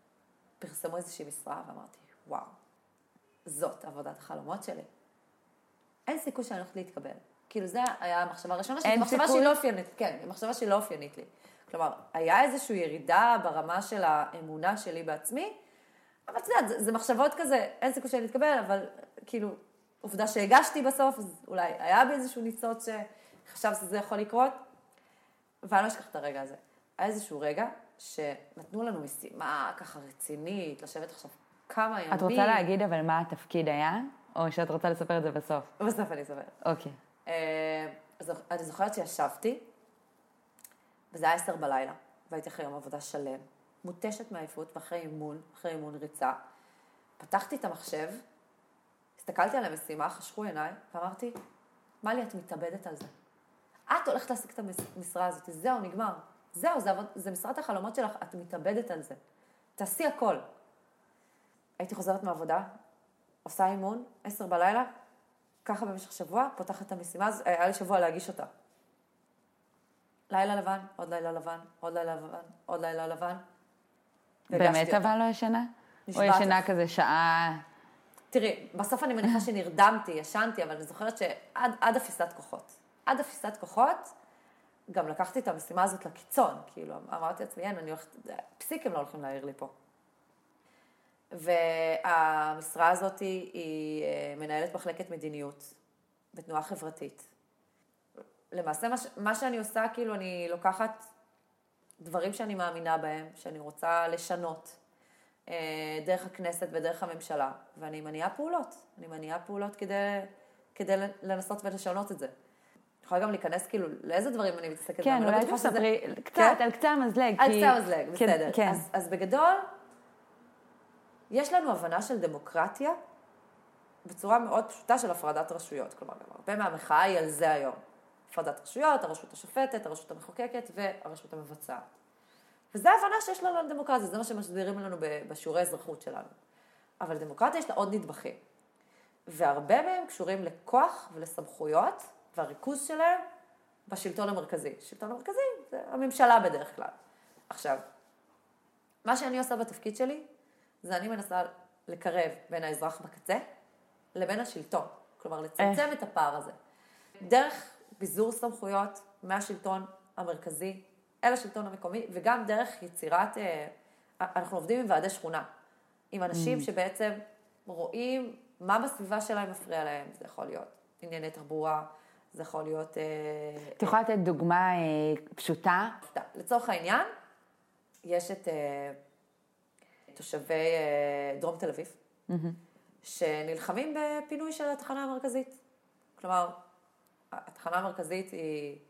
Speaker 1: שפרסמו איזושהי משרה, ואמרתי, וואו, זאת עבודת החלומות שלי. אין סיכוי שאני הולכת להתקבל. כאילו, זה היה המחשבה הראשונה שלי,
Speaker 2: אין
Speaker 1: מחשבה
Speaker 2: סיכוי?
Speaker 1: שהיא לא אופיינית, כן, מחשבה שהיא לא אופיינית לי. כלומר, היה איזושהי ירידה ברמה של האמונה שלי בעצמי, אבל אתה יודע, זה, זה מחשבות כזה, אין סיכוי שאני להתקבל, אבל כאילו, עובדה שהגשתי בסוף, אז אולי היה בי איזשהו ניצוץ שחשב שזה יכול לקרות, ואני לא אשכח את הרגע הזה. היה איזשהו רגע שנתנו לנו משימה ככה רצינית, לשבת עכשיו כמה ימים.
Speaker 2: את רוצה להגיד אבל מה התפקיד היה, או שאת רוצה לספר את זה בסוף?
Speaker 1: בסוף אני אספר.
Speaker 2: אוקיי.
Speaker 1: אז אני זוכרת שישבתי, וזה היה עשר בלילה, והייתי אחרי יום עבודה שלם, מוטשת מעייפות, ואחרי אימון, אחרי אימון ריצה. פתחתי את המחשב, הסתכלתי על המשימה, חשכו עיניי, ואמרתי, מה לי, את מתאבדת על זה? את הולכת להשיג את המשרה הזאת, זהו, נגמר. זהו, זה, זה משרת החלומות שלך, את מתאבדת על זה. תעשי הכל. הייתי חוזרת מהעבודה, עושה אימון, עשר בלילה, ככה במשך שבוע, פותחת את המשימה, היה לי שבוע להגיש אותה. לילה לבן, עוד לילה לבן, עוד לילה לבן, עוד לילה לבן.
Speaker 2: באמת אבל לא ישנה? או ישנה כזה שעה?
Speaker 1: תראי, בסוף אני מניחה שנרדמתי, ישנתי, אבל אני זוכרת שעד עד אפיסת כוחות. עד אפיסת כוחות, גם לקחתי את המשימה הזאת לקיצון, כאילו, אמרתי לעצמי, אין, אני הולכת, פסיקים לא הולכים להעיר לי פה. והמשרה הזאת היא מנהלת מחלקת מדיניות בתנועה חברתית. למעשה, מה שאני עושה, כאילו, אני לוקחת דברים שאני מאמינה בהם, שאני רוצה לשנות, דרך הכנסת ודרך הממשלה, ואני מניעה פעולות. אני מניעה פעולות כדי, כדי לנסות ולשנות את זה. אני יכולה גם להיכנס, כאילו, לאיזה דברים אני מתעסקת.
Speaker 2: כן, אולי תספרי קצת, על קצה המזלג.
Speaker 1: על קצה המזלג, בסדר. אז בגדול, יש לנו הבנה של דמוקרטיה, בצורה מאוד פשוטה של הפרדת רשויות. כלומר, הרבה מהמחאה היא על זה היום. הפרדת רשויות, הרשות השופטת, הרשות המחוקקת והרשות המבצעת. וזו ההבנה שיש לנו על דמוקרטיה, זה מה שמסבירים לנו בשיעורי האזרחות שלנו. אבל דמוקרטיה יש לה עוד נדבכים. והרבה מהם קשורים לכוח ולסמכויות, והריכוז שלהם בשלטון המרכזי. השלטון המרכזי זה הממשלה בדרך כלל. עכשיו, מה שאני עושה בתפקיד שלי, זה אני מנסה לקרב בין האזרח בקצה לבין השלטון. כלומר, לצמצם את הפער הזה. דרך ביזור סמכויות מהשלטון המרכזי אל השלטון המקומי, וגם דרך יצירת, אנחנו עובדים עם ועדי שכונה, עם אנשים שבעצם רואים מה בסביבה שלהם מפריע להם. זה יכול להיות ענייני תחבורה, זה יכול להיות...
Speaker 2: את יכולה לתת דוגמה פשוטה?
Speaker 1: לצורך העניין, יש את תושבי דרום תל אביב, שנלחמים בפינוי של התחנה המרכזית. כלומר, התחנה המרכזית היא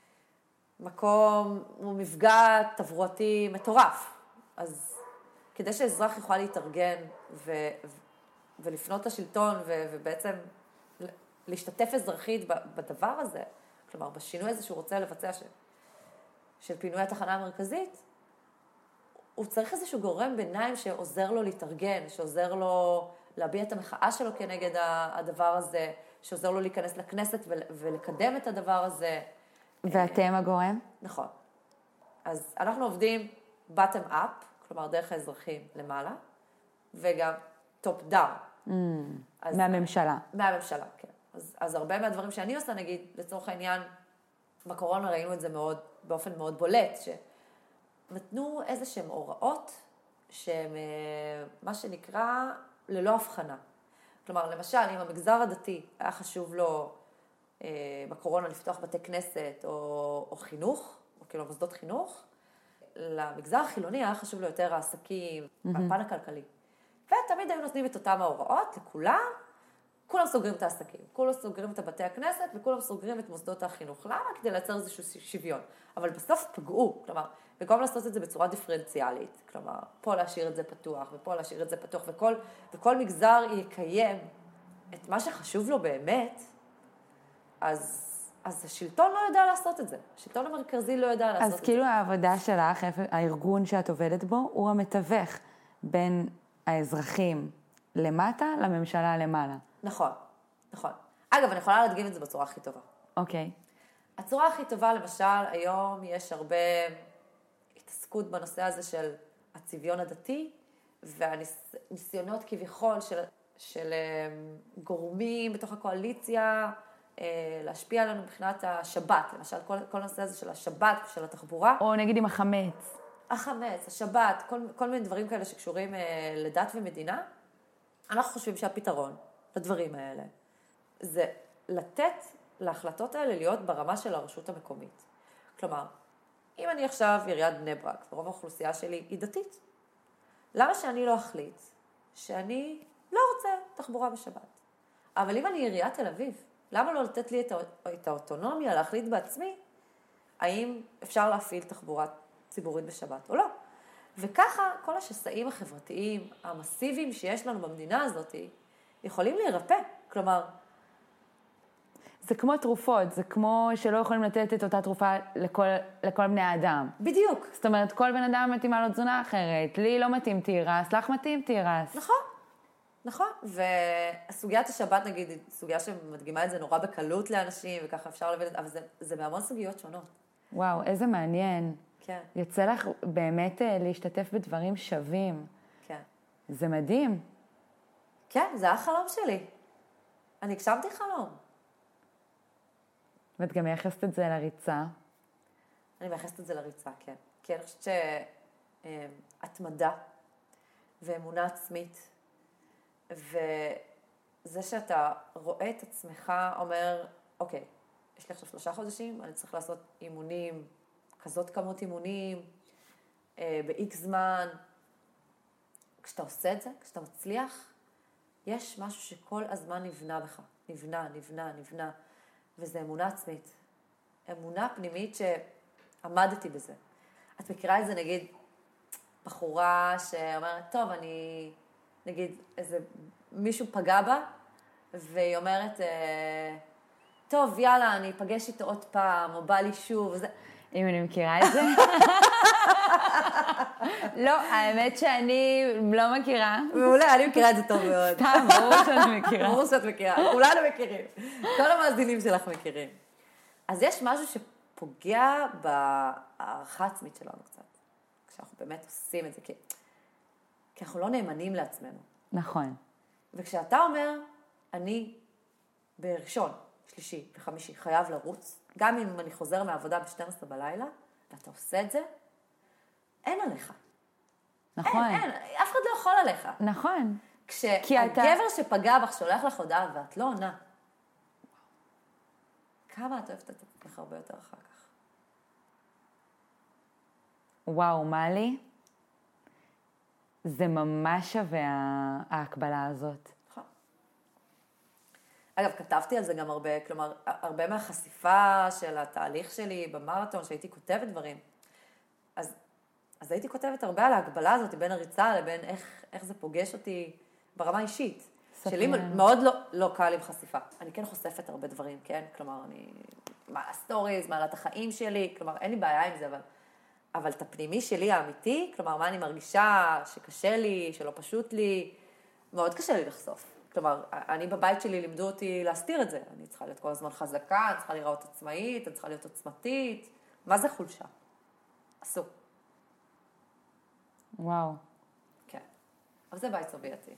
Speaker 1: מקום, הוא מפגע תברואתי מטורף. אז כדי שאזרח יוכל להתארגן ו, ולפנות לשלטון ו, ובעצם להשתתף אזרחית בדבר הזה, כלומר, בשינוי הזה שהוא רוצה לבצע של, של פינוי התחנה המרכזית, הוא צריך איזשהו גורם ביניים שעוזר לו להתארגן, שעוזר לו להביע את המחאה שלו כנגד הדבר הזה, שעוזר לו להיכנס לכנסת ולקדם את הדבר הזה.
Speaker 2: ואתם הגורם?
Speaker 1: נכון. אז אנחנו עובדים bottom up, כלומר דרך האזרחים למעלה, וגם top down.
Speaker 2: Mm, אז, מהממשלה.
Speaker 1: מהממשלה, כן. אז, אז הרבה מהדברים שאני עושה, נגיד, לצורך העניין, בקורונה ראינו את זה מאוד, באופן מאוד בולט, שנתנו איזה שהם הוראות, שהם מה שנקרא ללא הבחנה. כלומר, למשל, אם המגזר הדתי היה חשוב לו אה, בקורונה לפתוח בתי כנסת או, או חינוך, או כאילו מוסדות חינוך, למגזר החילוני היה חשוב לו יותר העסקים, mm-hmm. הפן הכלכלי. ותמיד היו נותנים את אותם ההוראות לכולם, כולם סוגרים את העסקים, כולם סוגרים את בתי הכנסת וכולם סוגרים את מוסדות החינוך. למה? כדי לייצר איזשהו שוויון. אבל בסוף פגעו, כלומר, במקום לעשות את זה בצורה דיפרנציאלית, כלומר, פה להשאיר את זה פתוח ופה להשאיר את זה פתוח, וכל, וכל מגזר יקיים את מה שחשוב לו באמת, אז, אז השלטון לא יודע לעשות את זה. השלטון המרכזי לא יודע לעשות את זה.
Speaker 2: אז כאילו העבודה שלך, הארגון שאת עובדת בו, הוא המתווך בין האזרחים למטה לממשלה למעלה.
Speaker 1: נכון, נכון. אגב, אני יכולה להדגים את זה בצורה הכי טובה.
Speaker 2: אוקיי.
Speaker 1: הצורה הכי טובה, למשל, היום יש הרבה התעסקות בנושא הזה של הצביון הדתי, והניסיונות כביכול של, של גורמים בתוך הקואליציה, להשפיע עלינו מבחינת השבת, למשל כל, כל נושא הזה של השבת, של התחבורה.
Speaker 2: או נגיד עם החמץ.
Speaker 1: החמץ, השבת, כל, כל מיני דברים כאלה שקשורים לדת ומדינה. אנחנו חושבים שהפתרון לדברים האלה זה לתת להחלטות האלה להיות ברמה של הרשות המקומית. כלומר, אם אני עכשיו עיריית בני ברק, ורוב האוכלוסייה שלי היא דתית, למה שאני לא אחליט שאני לא רוצה תחבורה בשבת? אבל אם אני עיריית תל אביב, למה לא לתת לי את האוטונומיה להחליט בעצמי האם אפשר להפעיל תחבורה ציבורית בשבת או לא? וככה כל השסעים החברתיים המסיביים שיש לנו במדינה הזאת יכולים להירפא. כלומר,
Speaker 2: זה כמו תרופות, זה כמו שלא יכולים לתת את אותה תרופה לכל, לכל בני האדם.
Speaker 1: בדיוק.
Speaker 2: זאת אומרת, כל בן אדם מתאימה לו תזונה אחרת, לי לא מתאים תירס, לך מתאים תירס.
Speaker 1: נכון, נכון. וסוגיית השבת, נגיד, היא סוגיה שמדגימה את זה נורא בקלות לאנשים, וככה אפשר להבין את זה, אבל זה, זה בהמון סוגיות שונות.
Speaker 2: וואו, איזה מעניין.
Speaker 1: כן.
Speaker 2: יוצא לך באמת להשתתף בדברים שווים.
Speaker 1: כן.
Speaker 2: זה מדהים.
Speaker 1: כן, זה החלום שלי. אני הגשמתי חלום.
Speaker 2: ואת גם מייחסת את זה לריצה.
Speaker 1: אני מייחסת את זה לריצה, כן. כי אני חושבת שהתמדה ואמונה עצמית, וזה שאתה רואה את עצמך אומר, אוקיי, יש לי עכשיו שלושה חודשים, אני צריך לעשות אימונים, כזאת כמות אימונים, ב-X זמן. כשאתה עושה את זה, כשאתה מצליח, יש משהו שכל הזמן נבנה בך. נבנה, נבנה, נבנה. וזה אמונה עצמית. אמונה פנימית שעמדתי בזה. את מכירה את זה, נגיד, בחורה שאומרת, טוב, אני, נגיד, איזה מישהו פגע בה, והיא אומרת, טוב, יאללה, אני אפגש איתו עוד פעם, או בא לי שוב, וזה...
Speaker 2: אם אני מכירה את זה? לא, האמת שאני לא מכירה.
Speaker 1: מעולה, אני מכירה את זה טוב מאוד.
Speaker 2: סתם, ברור שאת מכירה.
Speaker 1: ברור שאת מכירה, כולנו מכירים. כל המאזינים שלך מכירים. אז יש משהו שפוגע בהערכה העצמית שלנו קצת. כשאנחנו באמת עושים את זה, כי, כי אנחנו לא נאמנים לעצמנו.
Speaker 2: נכון.
Speaker 1: וכשאתה אומר, אני בראשון, שלישי וחמישי חייב לרוץ, גם אם אני חוזר מהעבודה ב-שתים עשרה בלילה, ואתה עושה את זה, אין עליך.
Speaker 2: נכון.
Speaker 1: אין, אין, אף אחד לא יכול עליך.
Speaker 2: נכון.
Speaker 1: כשהגבר אתה... שפגע בך שולח לך הודעה ואת לא עונה, כמה את אוהבת את עצמך הרבה יותר אחר כך?
Speaker 2: וואו, מה לי? זה ממש שווה ההקבלה הזאת.
Speaker 1: נכון. אגב, כתבתי על זה גם הרבה, כלומר, הרבה מהחשיפה של התהליך שלי במרתון, שהייתי כותבת דברים, אז, אז הייתי כותבת הרבה על ההקבלה הזאת בין הריצה לבין איך, איך זה פוגש אותי ברמה אישית. שלי מאוד לא, לא קל עם חשיפה. אני כן חושפת הרבה דברים, כן? כלומר, אני... מה הסטוריז, מעלת החיים שלי, כלומר, אין לי בעיה עם זה, אבל... אבל את הפנימי שלי האמיתי, כלומר, מה אני מרגישה, שקשה לי, שלא פשוט לי, מאוד קשה לי לחשוף. כלומר, אני בבית שלי לימדו אותי להסתיר את זה. אני צריכה להיות כל הזמן חזקה, אני צריכה לראות עצמאית, אני צריכה להיות עוצמתית. מה זה חולשה? אסור.
Speaker 2: וואו.
Speaker 1: כן. אבל זה בית סובייטי.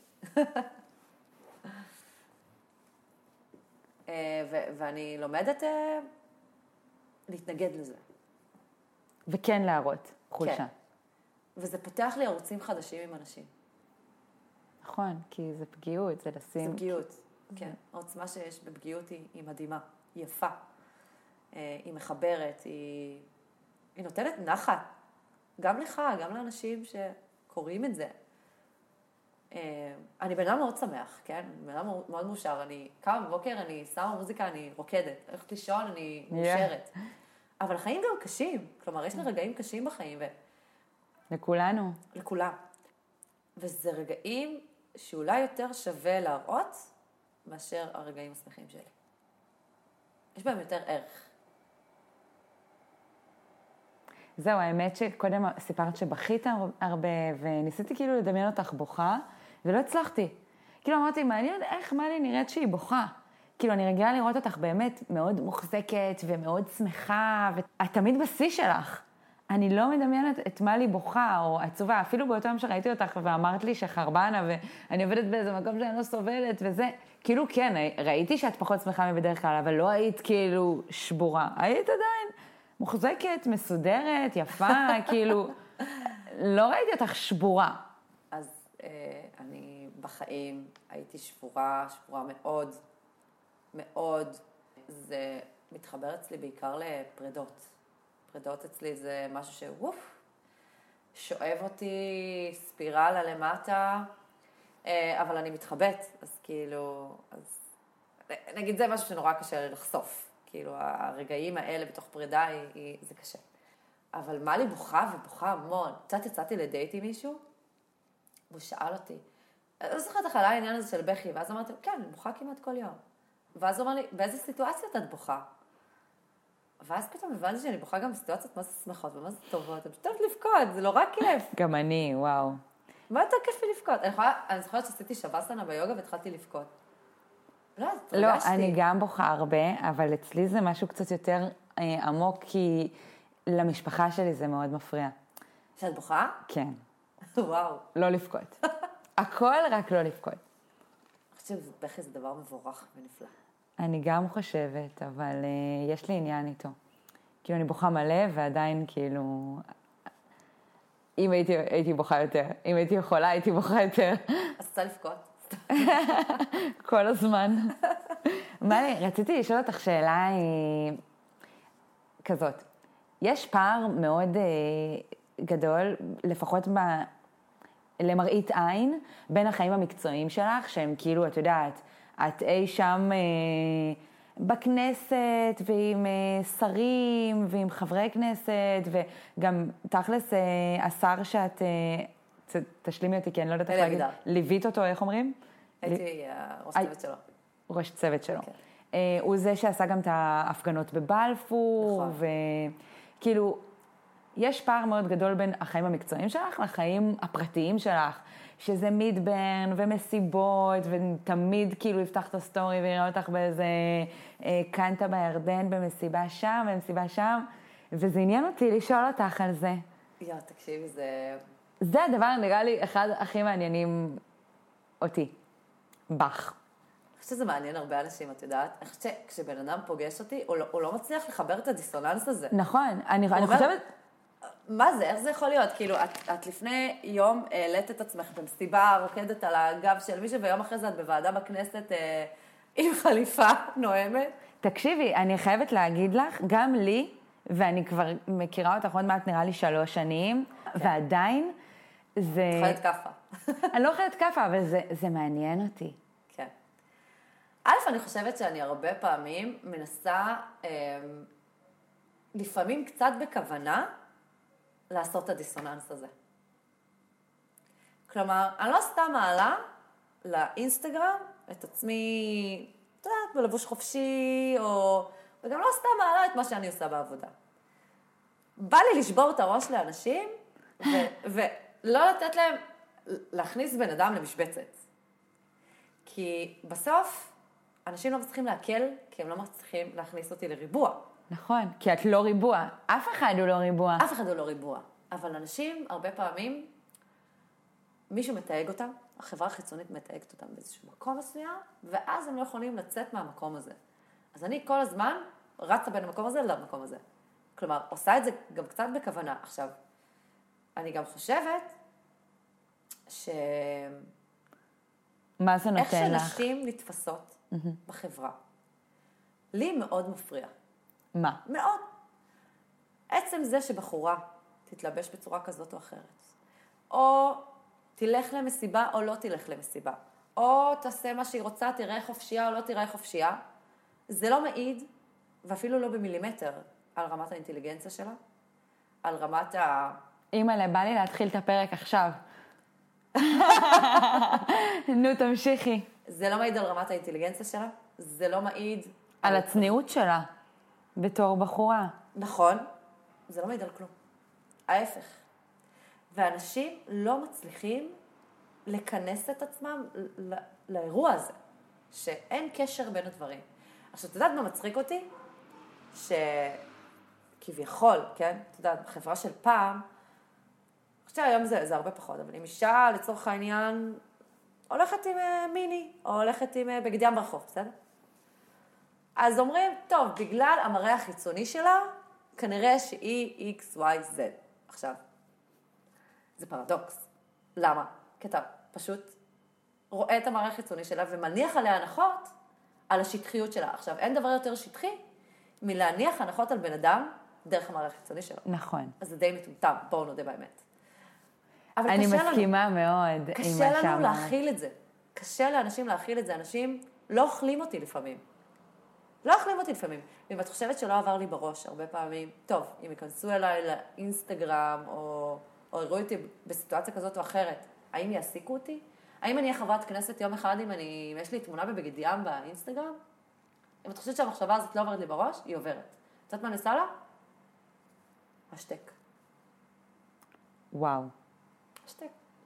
Speaker 1: ואני לומדת להתנגד לזה.
Speaker 2: וכן להראות חולשה.
Speaker 1: כן. וזה פותח לי ערוצים חדשים עם אנשים.
Speaker 2: נכון, כי זה פגיעות, זה לשים...
Speaker 1: זה פגיעות, כן. העוצמה שיש בפגיעות היא, היא מדהימה, היא יפה, היא מחברת, היא, היא נותנת נחת, גם לך, גם לאנשים שקוראים את זה. אני בן אדם מאוד שמח, כן? בן אדם מאוד מאושר. אני קמה בבוקר, אני שמה מוזיקה, אני רוקדת. הולכת לישון, אני מאושרת. אבל החיים גם קשים. כלומר, יש לי רגעים קשים בחיים. ו...
Speaker 2: לכולנו.
Speaker 1: לכולם. וזה רגעים שאולי יותר שווה להראות מאשר הרגעים השמחים שלי. יש בהם יותר ערך.
Speaker 2: זהו, האמת שקודם סיפרת שבכית הרבה, וניסיתי כאילו לדמיין אותך בוכה, ולא הצלחתי. כאילו אמרתי, מעניין איך מלי נראית שהיא בוכה. כאילו אני רגילה לראות אותך באמת מאוד מוחזקת ומאוד שמחה, ואת תמיד בשיא שלך. אני לא מדמיינת את מה לי בוכה או עצובה, אפילו באותו יום שראיתי אותך ואמרת לי שחרבנה ואני עובדת באיזה מקום שאני לא סובלת וזה, כאילו כן, ראיתי שאת פחות שמחה מבדרך כלל, אבל לא היית כאילו שבורה, היית עדיין מוחזקת, מסודרת, יפה, כאילו, לא ראיתי אותך שבורה.
Speaker 1: אז אה, אני בחיים הייתי שבורה, שבורה מאוד, מאוד. זה מתחבר אצלי בעיקר לפרדות. פרדות אצלי זה משהו שווף, שואב אותי ספירלה למטה, אה, אבל אני מתחבאת, אז כאילו, אז נגיד זה משהו שנורא קשה לי לחשוף. כאילו, הרגעים האלה בתוך פרידה, היא, היא, זה קשה. אבל מה לי בוכה ובוכה המון. קצת יצאתי לדייט עם מישהו, והוא שאל אותי, לא זוכרת לך על העניין הזה של בכי, ואז אמרתי, כן, אני בוכה כמעט כל יום. ואז הוא אמר לי, באיזה סיטואציות את בוכה? ואז פתאום הבנתי שאני בוכה גם בסיטואציות מה זה שמחות ומה זה טובות, אני פשוט אוהבת לבכות, זה לא רק כיף.
Speaker 2: גם אני, וואו.
Speaker 1: מה יותר כיף לי לבכות? אני, יכולה, אני זוכרת שעשיתי שבאסנה ביוגה והתחלתי לבכות. לא,
Speaker 2: לא, אני גם בוכה הרבה, אבל אצלי זה משהו קצת יותר אה, עמוק, כי למשפחה שלי זה מאוד מפריע.
Speaker 1: שאת בוכה?
Speaker 2: כן.
Speaker 1: וואו.
Speaker 2: לא לבכות. הכל רק לא לבכות.
Speaker 1: אני חושבת שבכי זה דבר מבורך ונפלא.
Speaker 2: אני גם חושבת, אבל אה, יש לי עניין איתו. כאילו אני בוכה מלא, ועדיין כאילו, אם הייתי, הייתי בוכה יותר, אם הייתי יכולה, הייתי בוכה יותר.
Speaker 1: אז רוצה לבכות?
Speaker 2: כל הזמן. מלי, רציתי לשאול אותך שאלה היא כזאת. יש פער מאוד אה, גדול, לפחות ב... למראית עין, בין החיים המקצועיים שלך, שהם כאילו, את יודעת, את אי שם אה, בכנסת, ועם אה, שרים, ועם חברי כנסת, וגם תכלס אה, השר שאת, אה, תשלימי אותי, כי אני לא יודעת איך להגיד, ליווית אותו, איך אומרים?
Speaker 1: הייתי ראש צוות שלו.
Speaker 2: ראש צוות שלו. הוא זה שעשה גם את ההפגנות בבלפור, וכאילו, יש פער מאוד גדול בין החיים המקצועיים שלך לחיים הפרטיים שלך, שזה מידברן ומסיבות, ותמיד כאילו יפתח את הסטורי ויראה אותך באיזה קנטה בירדן במסיבה שם, במסיבה שם, וזה עניין אותי לשאול אותך על זה.
Speaker 1: יא, תקשיבי, זה...
Speaker 2: זה הדבר, נראה לי, אחד הכי מעניינים אותי. בח.
Speaker 1: אני חושבת שזה מעניין הרבה אנשים, את יודעת? אני חושבת שכשבן אדם פוגש אותי, הוא לא, הוא לא מצליח לחבר את הדיסוננס הזה.
Speaker 2: נכון, אני, אני
Speaker 1: אומר,
Speaker 2: חושבת...
Speaker 1: מה זה? איך זה יכול להיות? כאילו, את, את לפני יום העלית את עצמך במסיבה, רוקדת על הגב של מישהו, ויום אחרי זה את בוועדה בכנסת אה, עם חליפה נואמת.
Speaker 2: תקשיבי, אני חייבת להגיד לך, גם לי, ואני כבר מכירה אותך עוד מעט נראה לי שלוש שנים, כן. ועדיין זה...
Speaker 1: את חייבת כפה.
Speaker 2: אני לא חייבת כפה, אבל זה, זה מעניין אותי.
Speaker 1: כן. א', אני חושבת שאני הרבה פעמים מנסה, אה, לפעמים קצת בכוונה, לעשות את הדיסוננס הזה. כלומר, אני לא סתם מעלה לאינסטגרם את עצמי, את יודעת, בלבוש חופשי, או... וגם לא סתם מעלה את מה שאני עושה בעבודה. בא לי לשבור את הראש לאנשים, ו... ולא לתת להם להכניס בן אדם למשבצת. כי בסוף, אנשים לא מצליחים להקל, כי הם לא מצליחים להכניס אותי לריבוע.
Speaker 2: נכון, כי את לא ריבוע. אף אחד הוא לא ריבוע.
Speaker 1: אף אחד הוא לא ריבוע. אבל אנשים, הרבה פעמים, מישהו מתייג אותם, החברה החיצונית מתייגת אותם באיזשהו מקום מסוים, ואז הם לא יכולים לצאת מהמקום הזה. אז אני כל הזמן רצה בין המקום הזה למקום הזה. כלומר, עושה את זה גם קצת בכוונה. עכשיו, אני גם חושבת ש...
Speaker 2: מה זה נותן לך?
Speaker 1: איך שנשים נתפסות mm-hmm. בחברה. לי מאוד מפריע.
Speaker 2: מה?
Speaker 1: מאוד. עצם זה שבחורה תתלבש בצורה כזאת או אחרת, או תלך למסיבה או לא תלך למסיבה, או תעשה מה שהיא רוצה, תראה חופשייה או לא תראה חופשייה, זה לא מעיד, ואפילו לא במילימטר, על רמת האינטליגנציה שלה, על רמת ה...
Speaker 2: אימא'לה, בא לי להתחיל את הפרק עכשיו. נו, תמשיכי.
Speaker 1: זה לא מעיד על רמת האינטליגנציה שלה, זה לא מעיד...
Speaker 2: על הצניעות שלה, בתור בחורה.
Speaker 1: נכון, זה לא מעיד על כלום. ההפך. ואנשים לא מצליחים לכנס את עצמם לא, לאירוע הזה, שאין קשר בין הדברים. עכשיו, אתה יודעת מה מצחיק אותי? כביכול, כן? אתה יודע, בחברה של פעם, אני חושבת שהיום זה, זה הרבה פחות, אבל אם אישה, לצורך העניין, הולכת עם uh, מיני, או הולכת עם uh, בגד ים ברחוב, בסדר? אז אומרים, טוב, בגלל המראה החיצוני שלה, כנראה שהיא X, Y, Z. עכשיו, זה פרדוקס. למה? כי אתה פשוט רואה את המראה החיצוני שלה ומניח עליה הנחות על השטחיות שלה. עכשיו, אין דבר יותר שטחי מלהניח הנחות על בן אדם דרך המראה החיצוני שלו.
Speaker 2: נכון.
Speaker 1: אז זה די מטומטם, בואו נודה באמת. אבל
Speaker 2: אני
Speaker 1: קשה
Speaker 2: מסכימה
Speaker 1: לנו,
Speaker 2: מאוד עם מה
Speaker 1: קשה לנו
Speaker 2: שאמרת.
Speaker 1: להכיל את זה. קשה לאנשים להכיל את זה. אנשים לא אוכלים אותי לפעמים. לא אוכלים אותי לפעמים. ואם את חושבת שלא עבר לי בראש הרבה פעמים, טוב, אם ייכנסו אליי לאינסטגרם, או, או יראו אותי בסיטואציה כזאת או אחרת, האם יעסיקו אותי? האם אני אהיה חברת כנסת יום אחד אם, אני, אם יש לי תמונה בבגד ים באינסטגרם? אם את חושבת שהמחשבה הזאת לא עוברת לי בראש, היא עוברת. את יודעת מה אני עושה לה? השתק.
Speaker 2: וואו.
Speaker 1: השתק.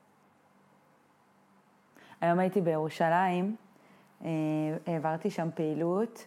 Speaker 2: היום הייתי בירושלים, העברתי שם פעילות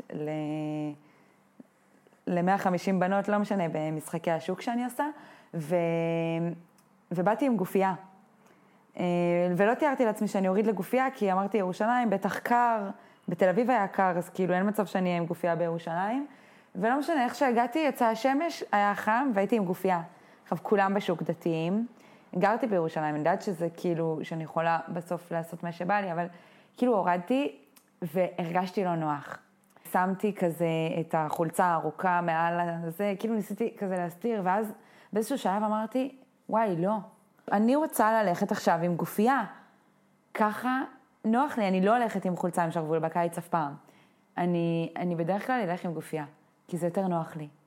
Speaker 2: ל-מאה וחמישים בנות, לא משנה, במשחקי השוק שאני עושה, ו... ובאתי עם גופייה. ולא תיארתי לעצמי שאני אוריד לגופייה, כי אמרתי ירושלים, בטח קר, בתל אביב היה קר, אז כאילו אין מצב שאני אהיה עם גופייה בירושלים. ולא משנה, איך שהגעתי, יצא השמש, היה חם, והייתי עם גופייה. עכשיו, כולם בשוק דתיים. גרתי בירושלים, אני יודעת שזה כאילו, שאני יכולה בסוף לעשות מה שבא לי, אבל כאילו הורדתי והרגשתי לא נוח. שמתי כזה את החולצה הארוכה מעל הזה, כאילו ניסיתי כזה להסתיר, ואז באיזשהו שלב אמרתי, וואי, לא. אני רוצה ללכת עכשיו עם גופייה. ככה נוח לי, אני לא הולכת עם חולצה עם שרוול בקיץ אף פעם. אני, אני בדרך כלל אלך עם גופייה, כי זה יותר נוח לי.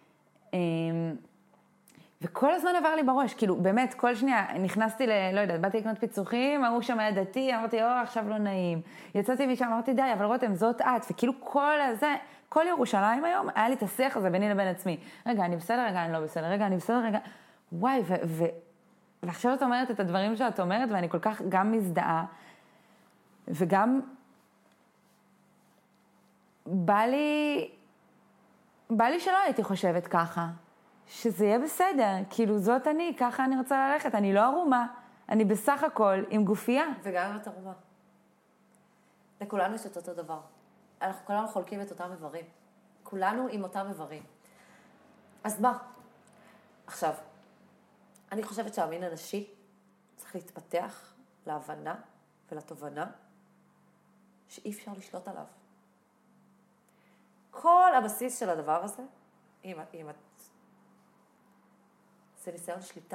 Speaker 2: וכל הזמן עבר לי בראש, כאילו באמת, כל שנייה, נכנסתי ל... לא יודעת, באתי לקנות פיצוחים, ההוא שם היה דתי, אמרתי, או, עכשיו לא נעים. יצאתי משם, אמרתי, די, אבל רותם, זאת את, וכאילו כל הזה, כל ירושלים היום, היה לי את השיח הזה ביני לבין עצמי. רגע, אני בסדר, רגע, אני לא בסדר, רגע, אני בסדר, רגע. וואי, ו... ו... ועכשיו את אומרת את הדברים שאת אומרת, ואני כל כך גם מזדהה, וגם בא לי, בא לי שלא הייתי חושבת ככה. שזה יהיה בסדר, כאילו זאת אני, ככה אני רוצה ללכת, אני לא ערומה, אני בסך הכל עם גופייה.
Speaker 1: וגם אם את ערומה. לכולנו יש את אותו דבר. אנחנו כולנו חולקים את אותם איברים. כולנו עם אותם איברים. אז מה? עכשיו, אני חושבת שהמין הנשי צריך להתפתח להבנה ולתובנה שאי אפשר לשלוט עליו. כל הבסיס של הדבר הזה, אם, אם את זה ניסיון שליטה.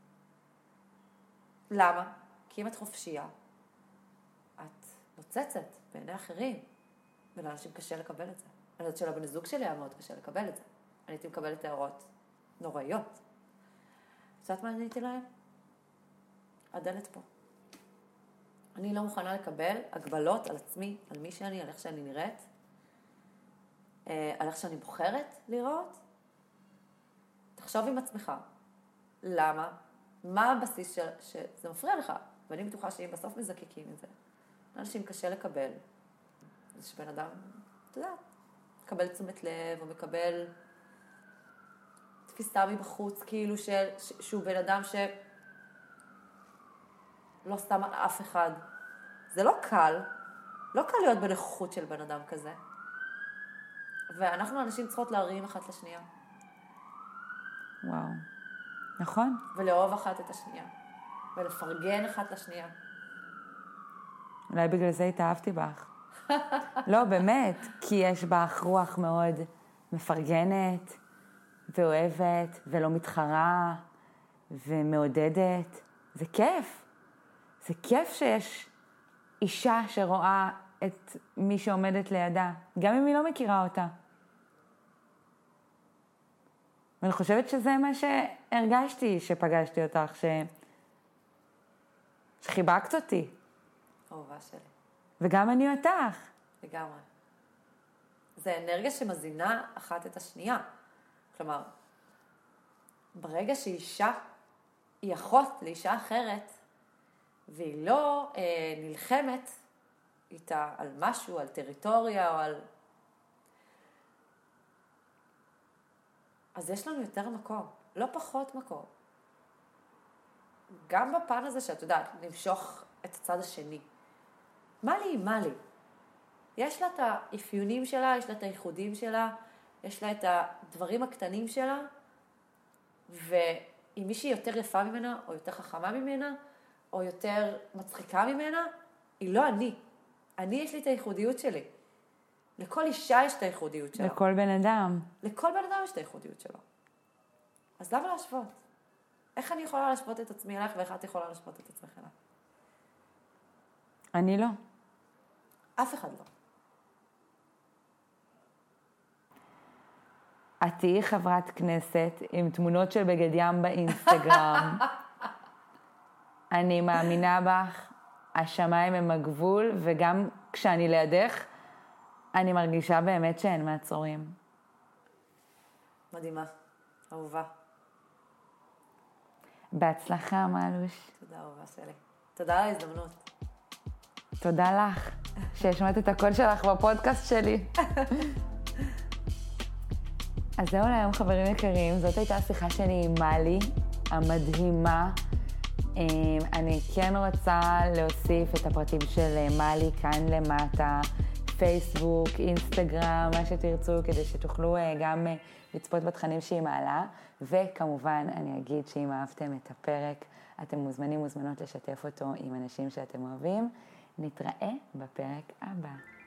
Speaker 1: למה? כי אם את חופשייה, את נוצצת בעיני אחרים, ולאנשים קשה לקבל את זה. אני יודעת שלבני זוג שלי היה מאוד קשה לקבל את זה. אני הייתי מקבלת הערות נוראיות. את יודעת מה אני הייתי להם? הדלת פה. אני לא מוכנה לקבל הגבלות על עצמי, על מי שאני, על איך שאני נראית, על איך שאני בוחרת לראות. תחשוב עם עצמך. למה? מה הבסיס של, שזה מפריע לך? ואני בטוחה שאם בסוף מזקקים את זה, לאנשים קשה לקבל. זה שבן אדם, אתה יודע, מקבל תשומת לב, או מקבל תפיסה מבחוץ, כאילו של, ש, שהוא בן אדם שלא סתם על אף אחד. זה לא קל, לא קל להיות בנוכחות של בן אדם כזה. ואנחנו אנשים צריכות להרים אחת לשנייה.
Speaker 2: וואו. נכון.
Speaker 1: ולאהוב אחת את השנייה. ולפרגן אחת לשנייה.
Speaker 2: אולי בגלל זה התאהבתי בך. לא, באמת, כי יש בך רוח מאוד מפרגנת, ואוהבת, ולא מתחרה, ומעודדת. זה כיף. זה כיף שיש אישה שרואה את מי שעומדת לידה, גם אם היא לא מכירה אותה. ואני חושבת שזה מה שהרגשתי שפגשתי אותך, ש... שחיבקת אותי.
Speaker 1: אהובה שלי.
Speaker 2: וגם אני אותך.
Speaker 1: לגמרי. זה אנרגיה שמזינה אחת את השנייה. כלומר, ברגע שאישה היא אחות לאישה אחרת, והיא לא אה, נלחמת איתה על משהו, על טריטוריה או על... אז יש לנו יותר מקום, לא פחות מקום. גם בפן הזה שאת יודעת, נמשוך את הצד השני. מה לי, מה לי? יש לה את האפיונים שלה, יש לה את הייחודים שלה, יש לה את הדברים הקטנים שלה, ואם מישהי יותר יפה ממנה, או יותר חכמה ממנה, או יותר מצחיקה ממנה, היא לא אני. אני יש לי את הייחודיות שלי. לכל אישה יש את הייחודיות שלה.
Speaker 2: לכל בן אדם.
Speaker 1: לכל בן אדם יש את הייחודיות שלו. אז למה להשוות? איך אני יכולה להשוות את עצמי אליך, ואיך את יכולה להשוות את עצמך אליך?
Speaker 2: אני לא.
Speaker 1: אף אחד לא.
Speaker 2: את תהיי חברת כנסת עם תמונות של בגד ים באינסטגרם. אני מאמינה בך, השמיים הם הגבול, וגם כשאני לידך, אני מרגישה באמת שאין מעצורים.
Speaker 1: מדהימה, אהובה.
Speaker 2: בהצלחה, מלוש.
Speaker 1: תודה אהובה שלי. תודה על ההזדמנות.
Speaker 2: תודה לך, שהשמעת את הקול שלך בפודקאסט שלי. אז זהו להיום, חברים יקרים, זאת הייתה השיחה שלי עם מלי, המדהימה. אני כן רוצה להוסיף את הפרטים של מלי כאן למטה, פייסבוק, אינסטגרם, מה שתרצו, כדי שתוכלו גם לצפות בתכנים שהיא מעלה. וכמובן, אני אגיד שאם אהבתם את הפרק, אתם מוזמנים, מוזמנות לשתף אותו עם אנשים שאתם אוהבים. נתראה בפרק הבא.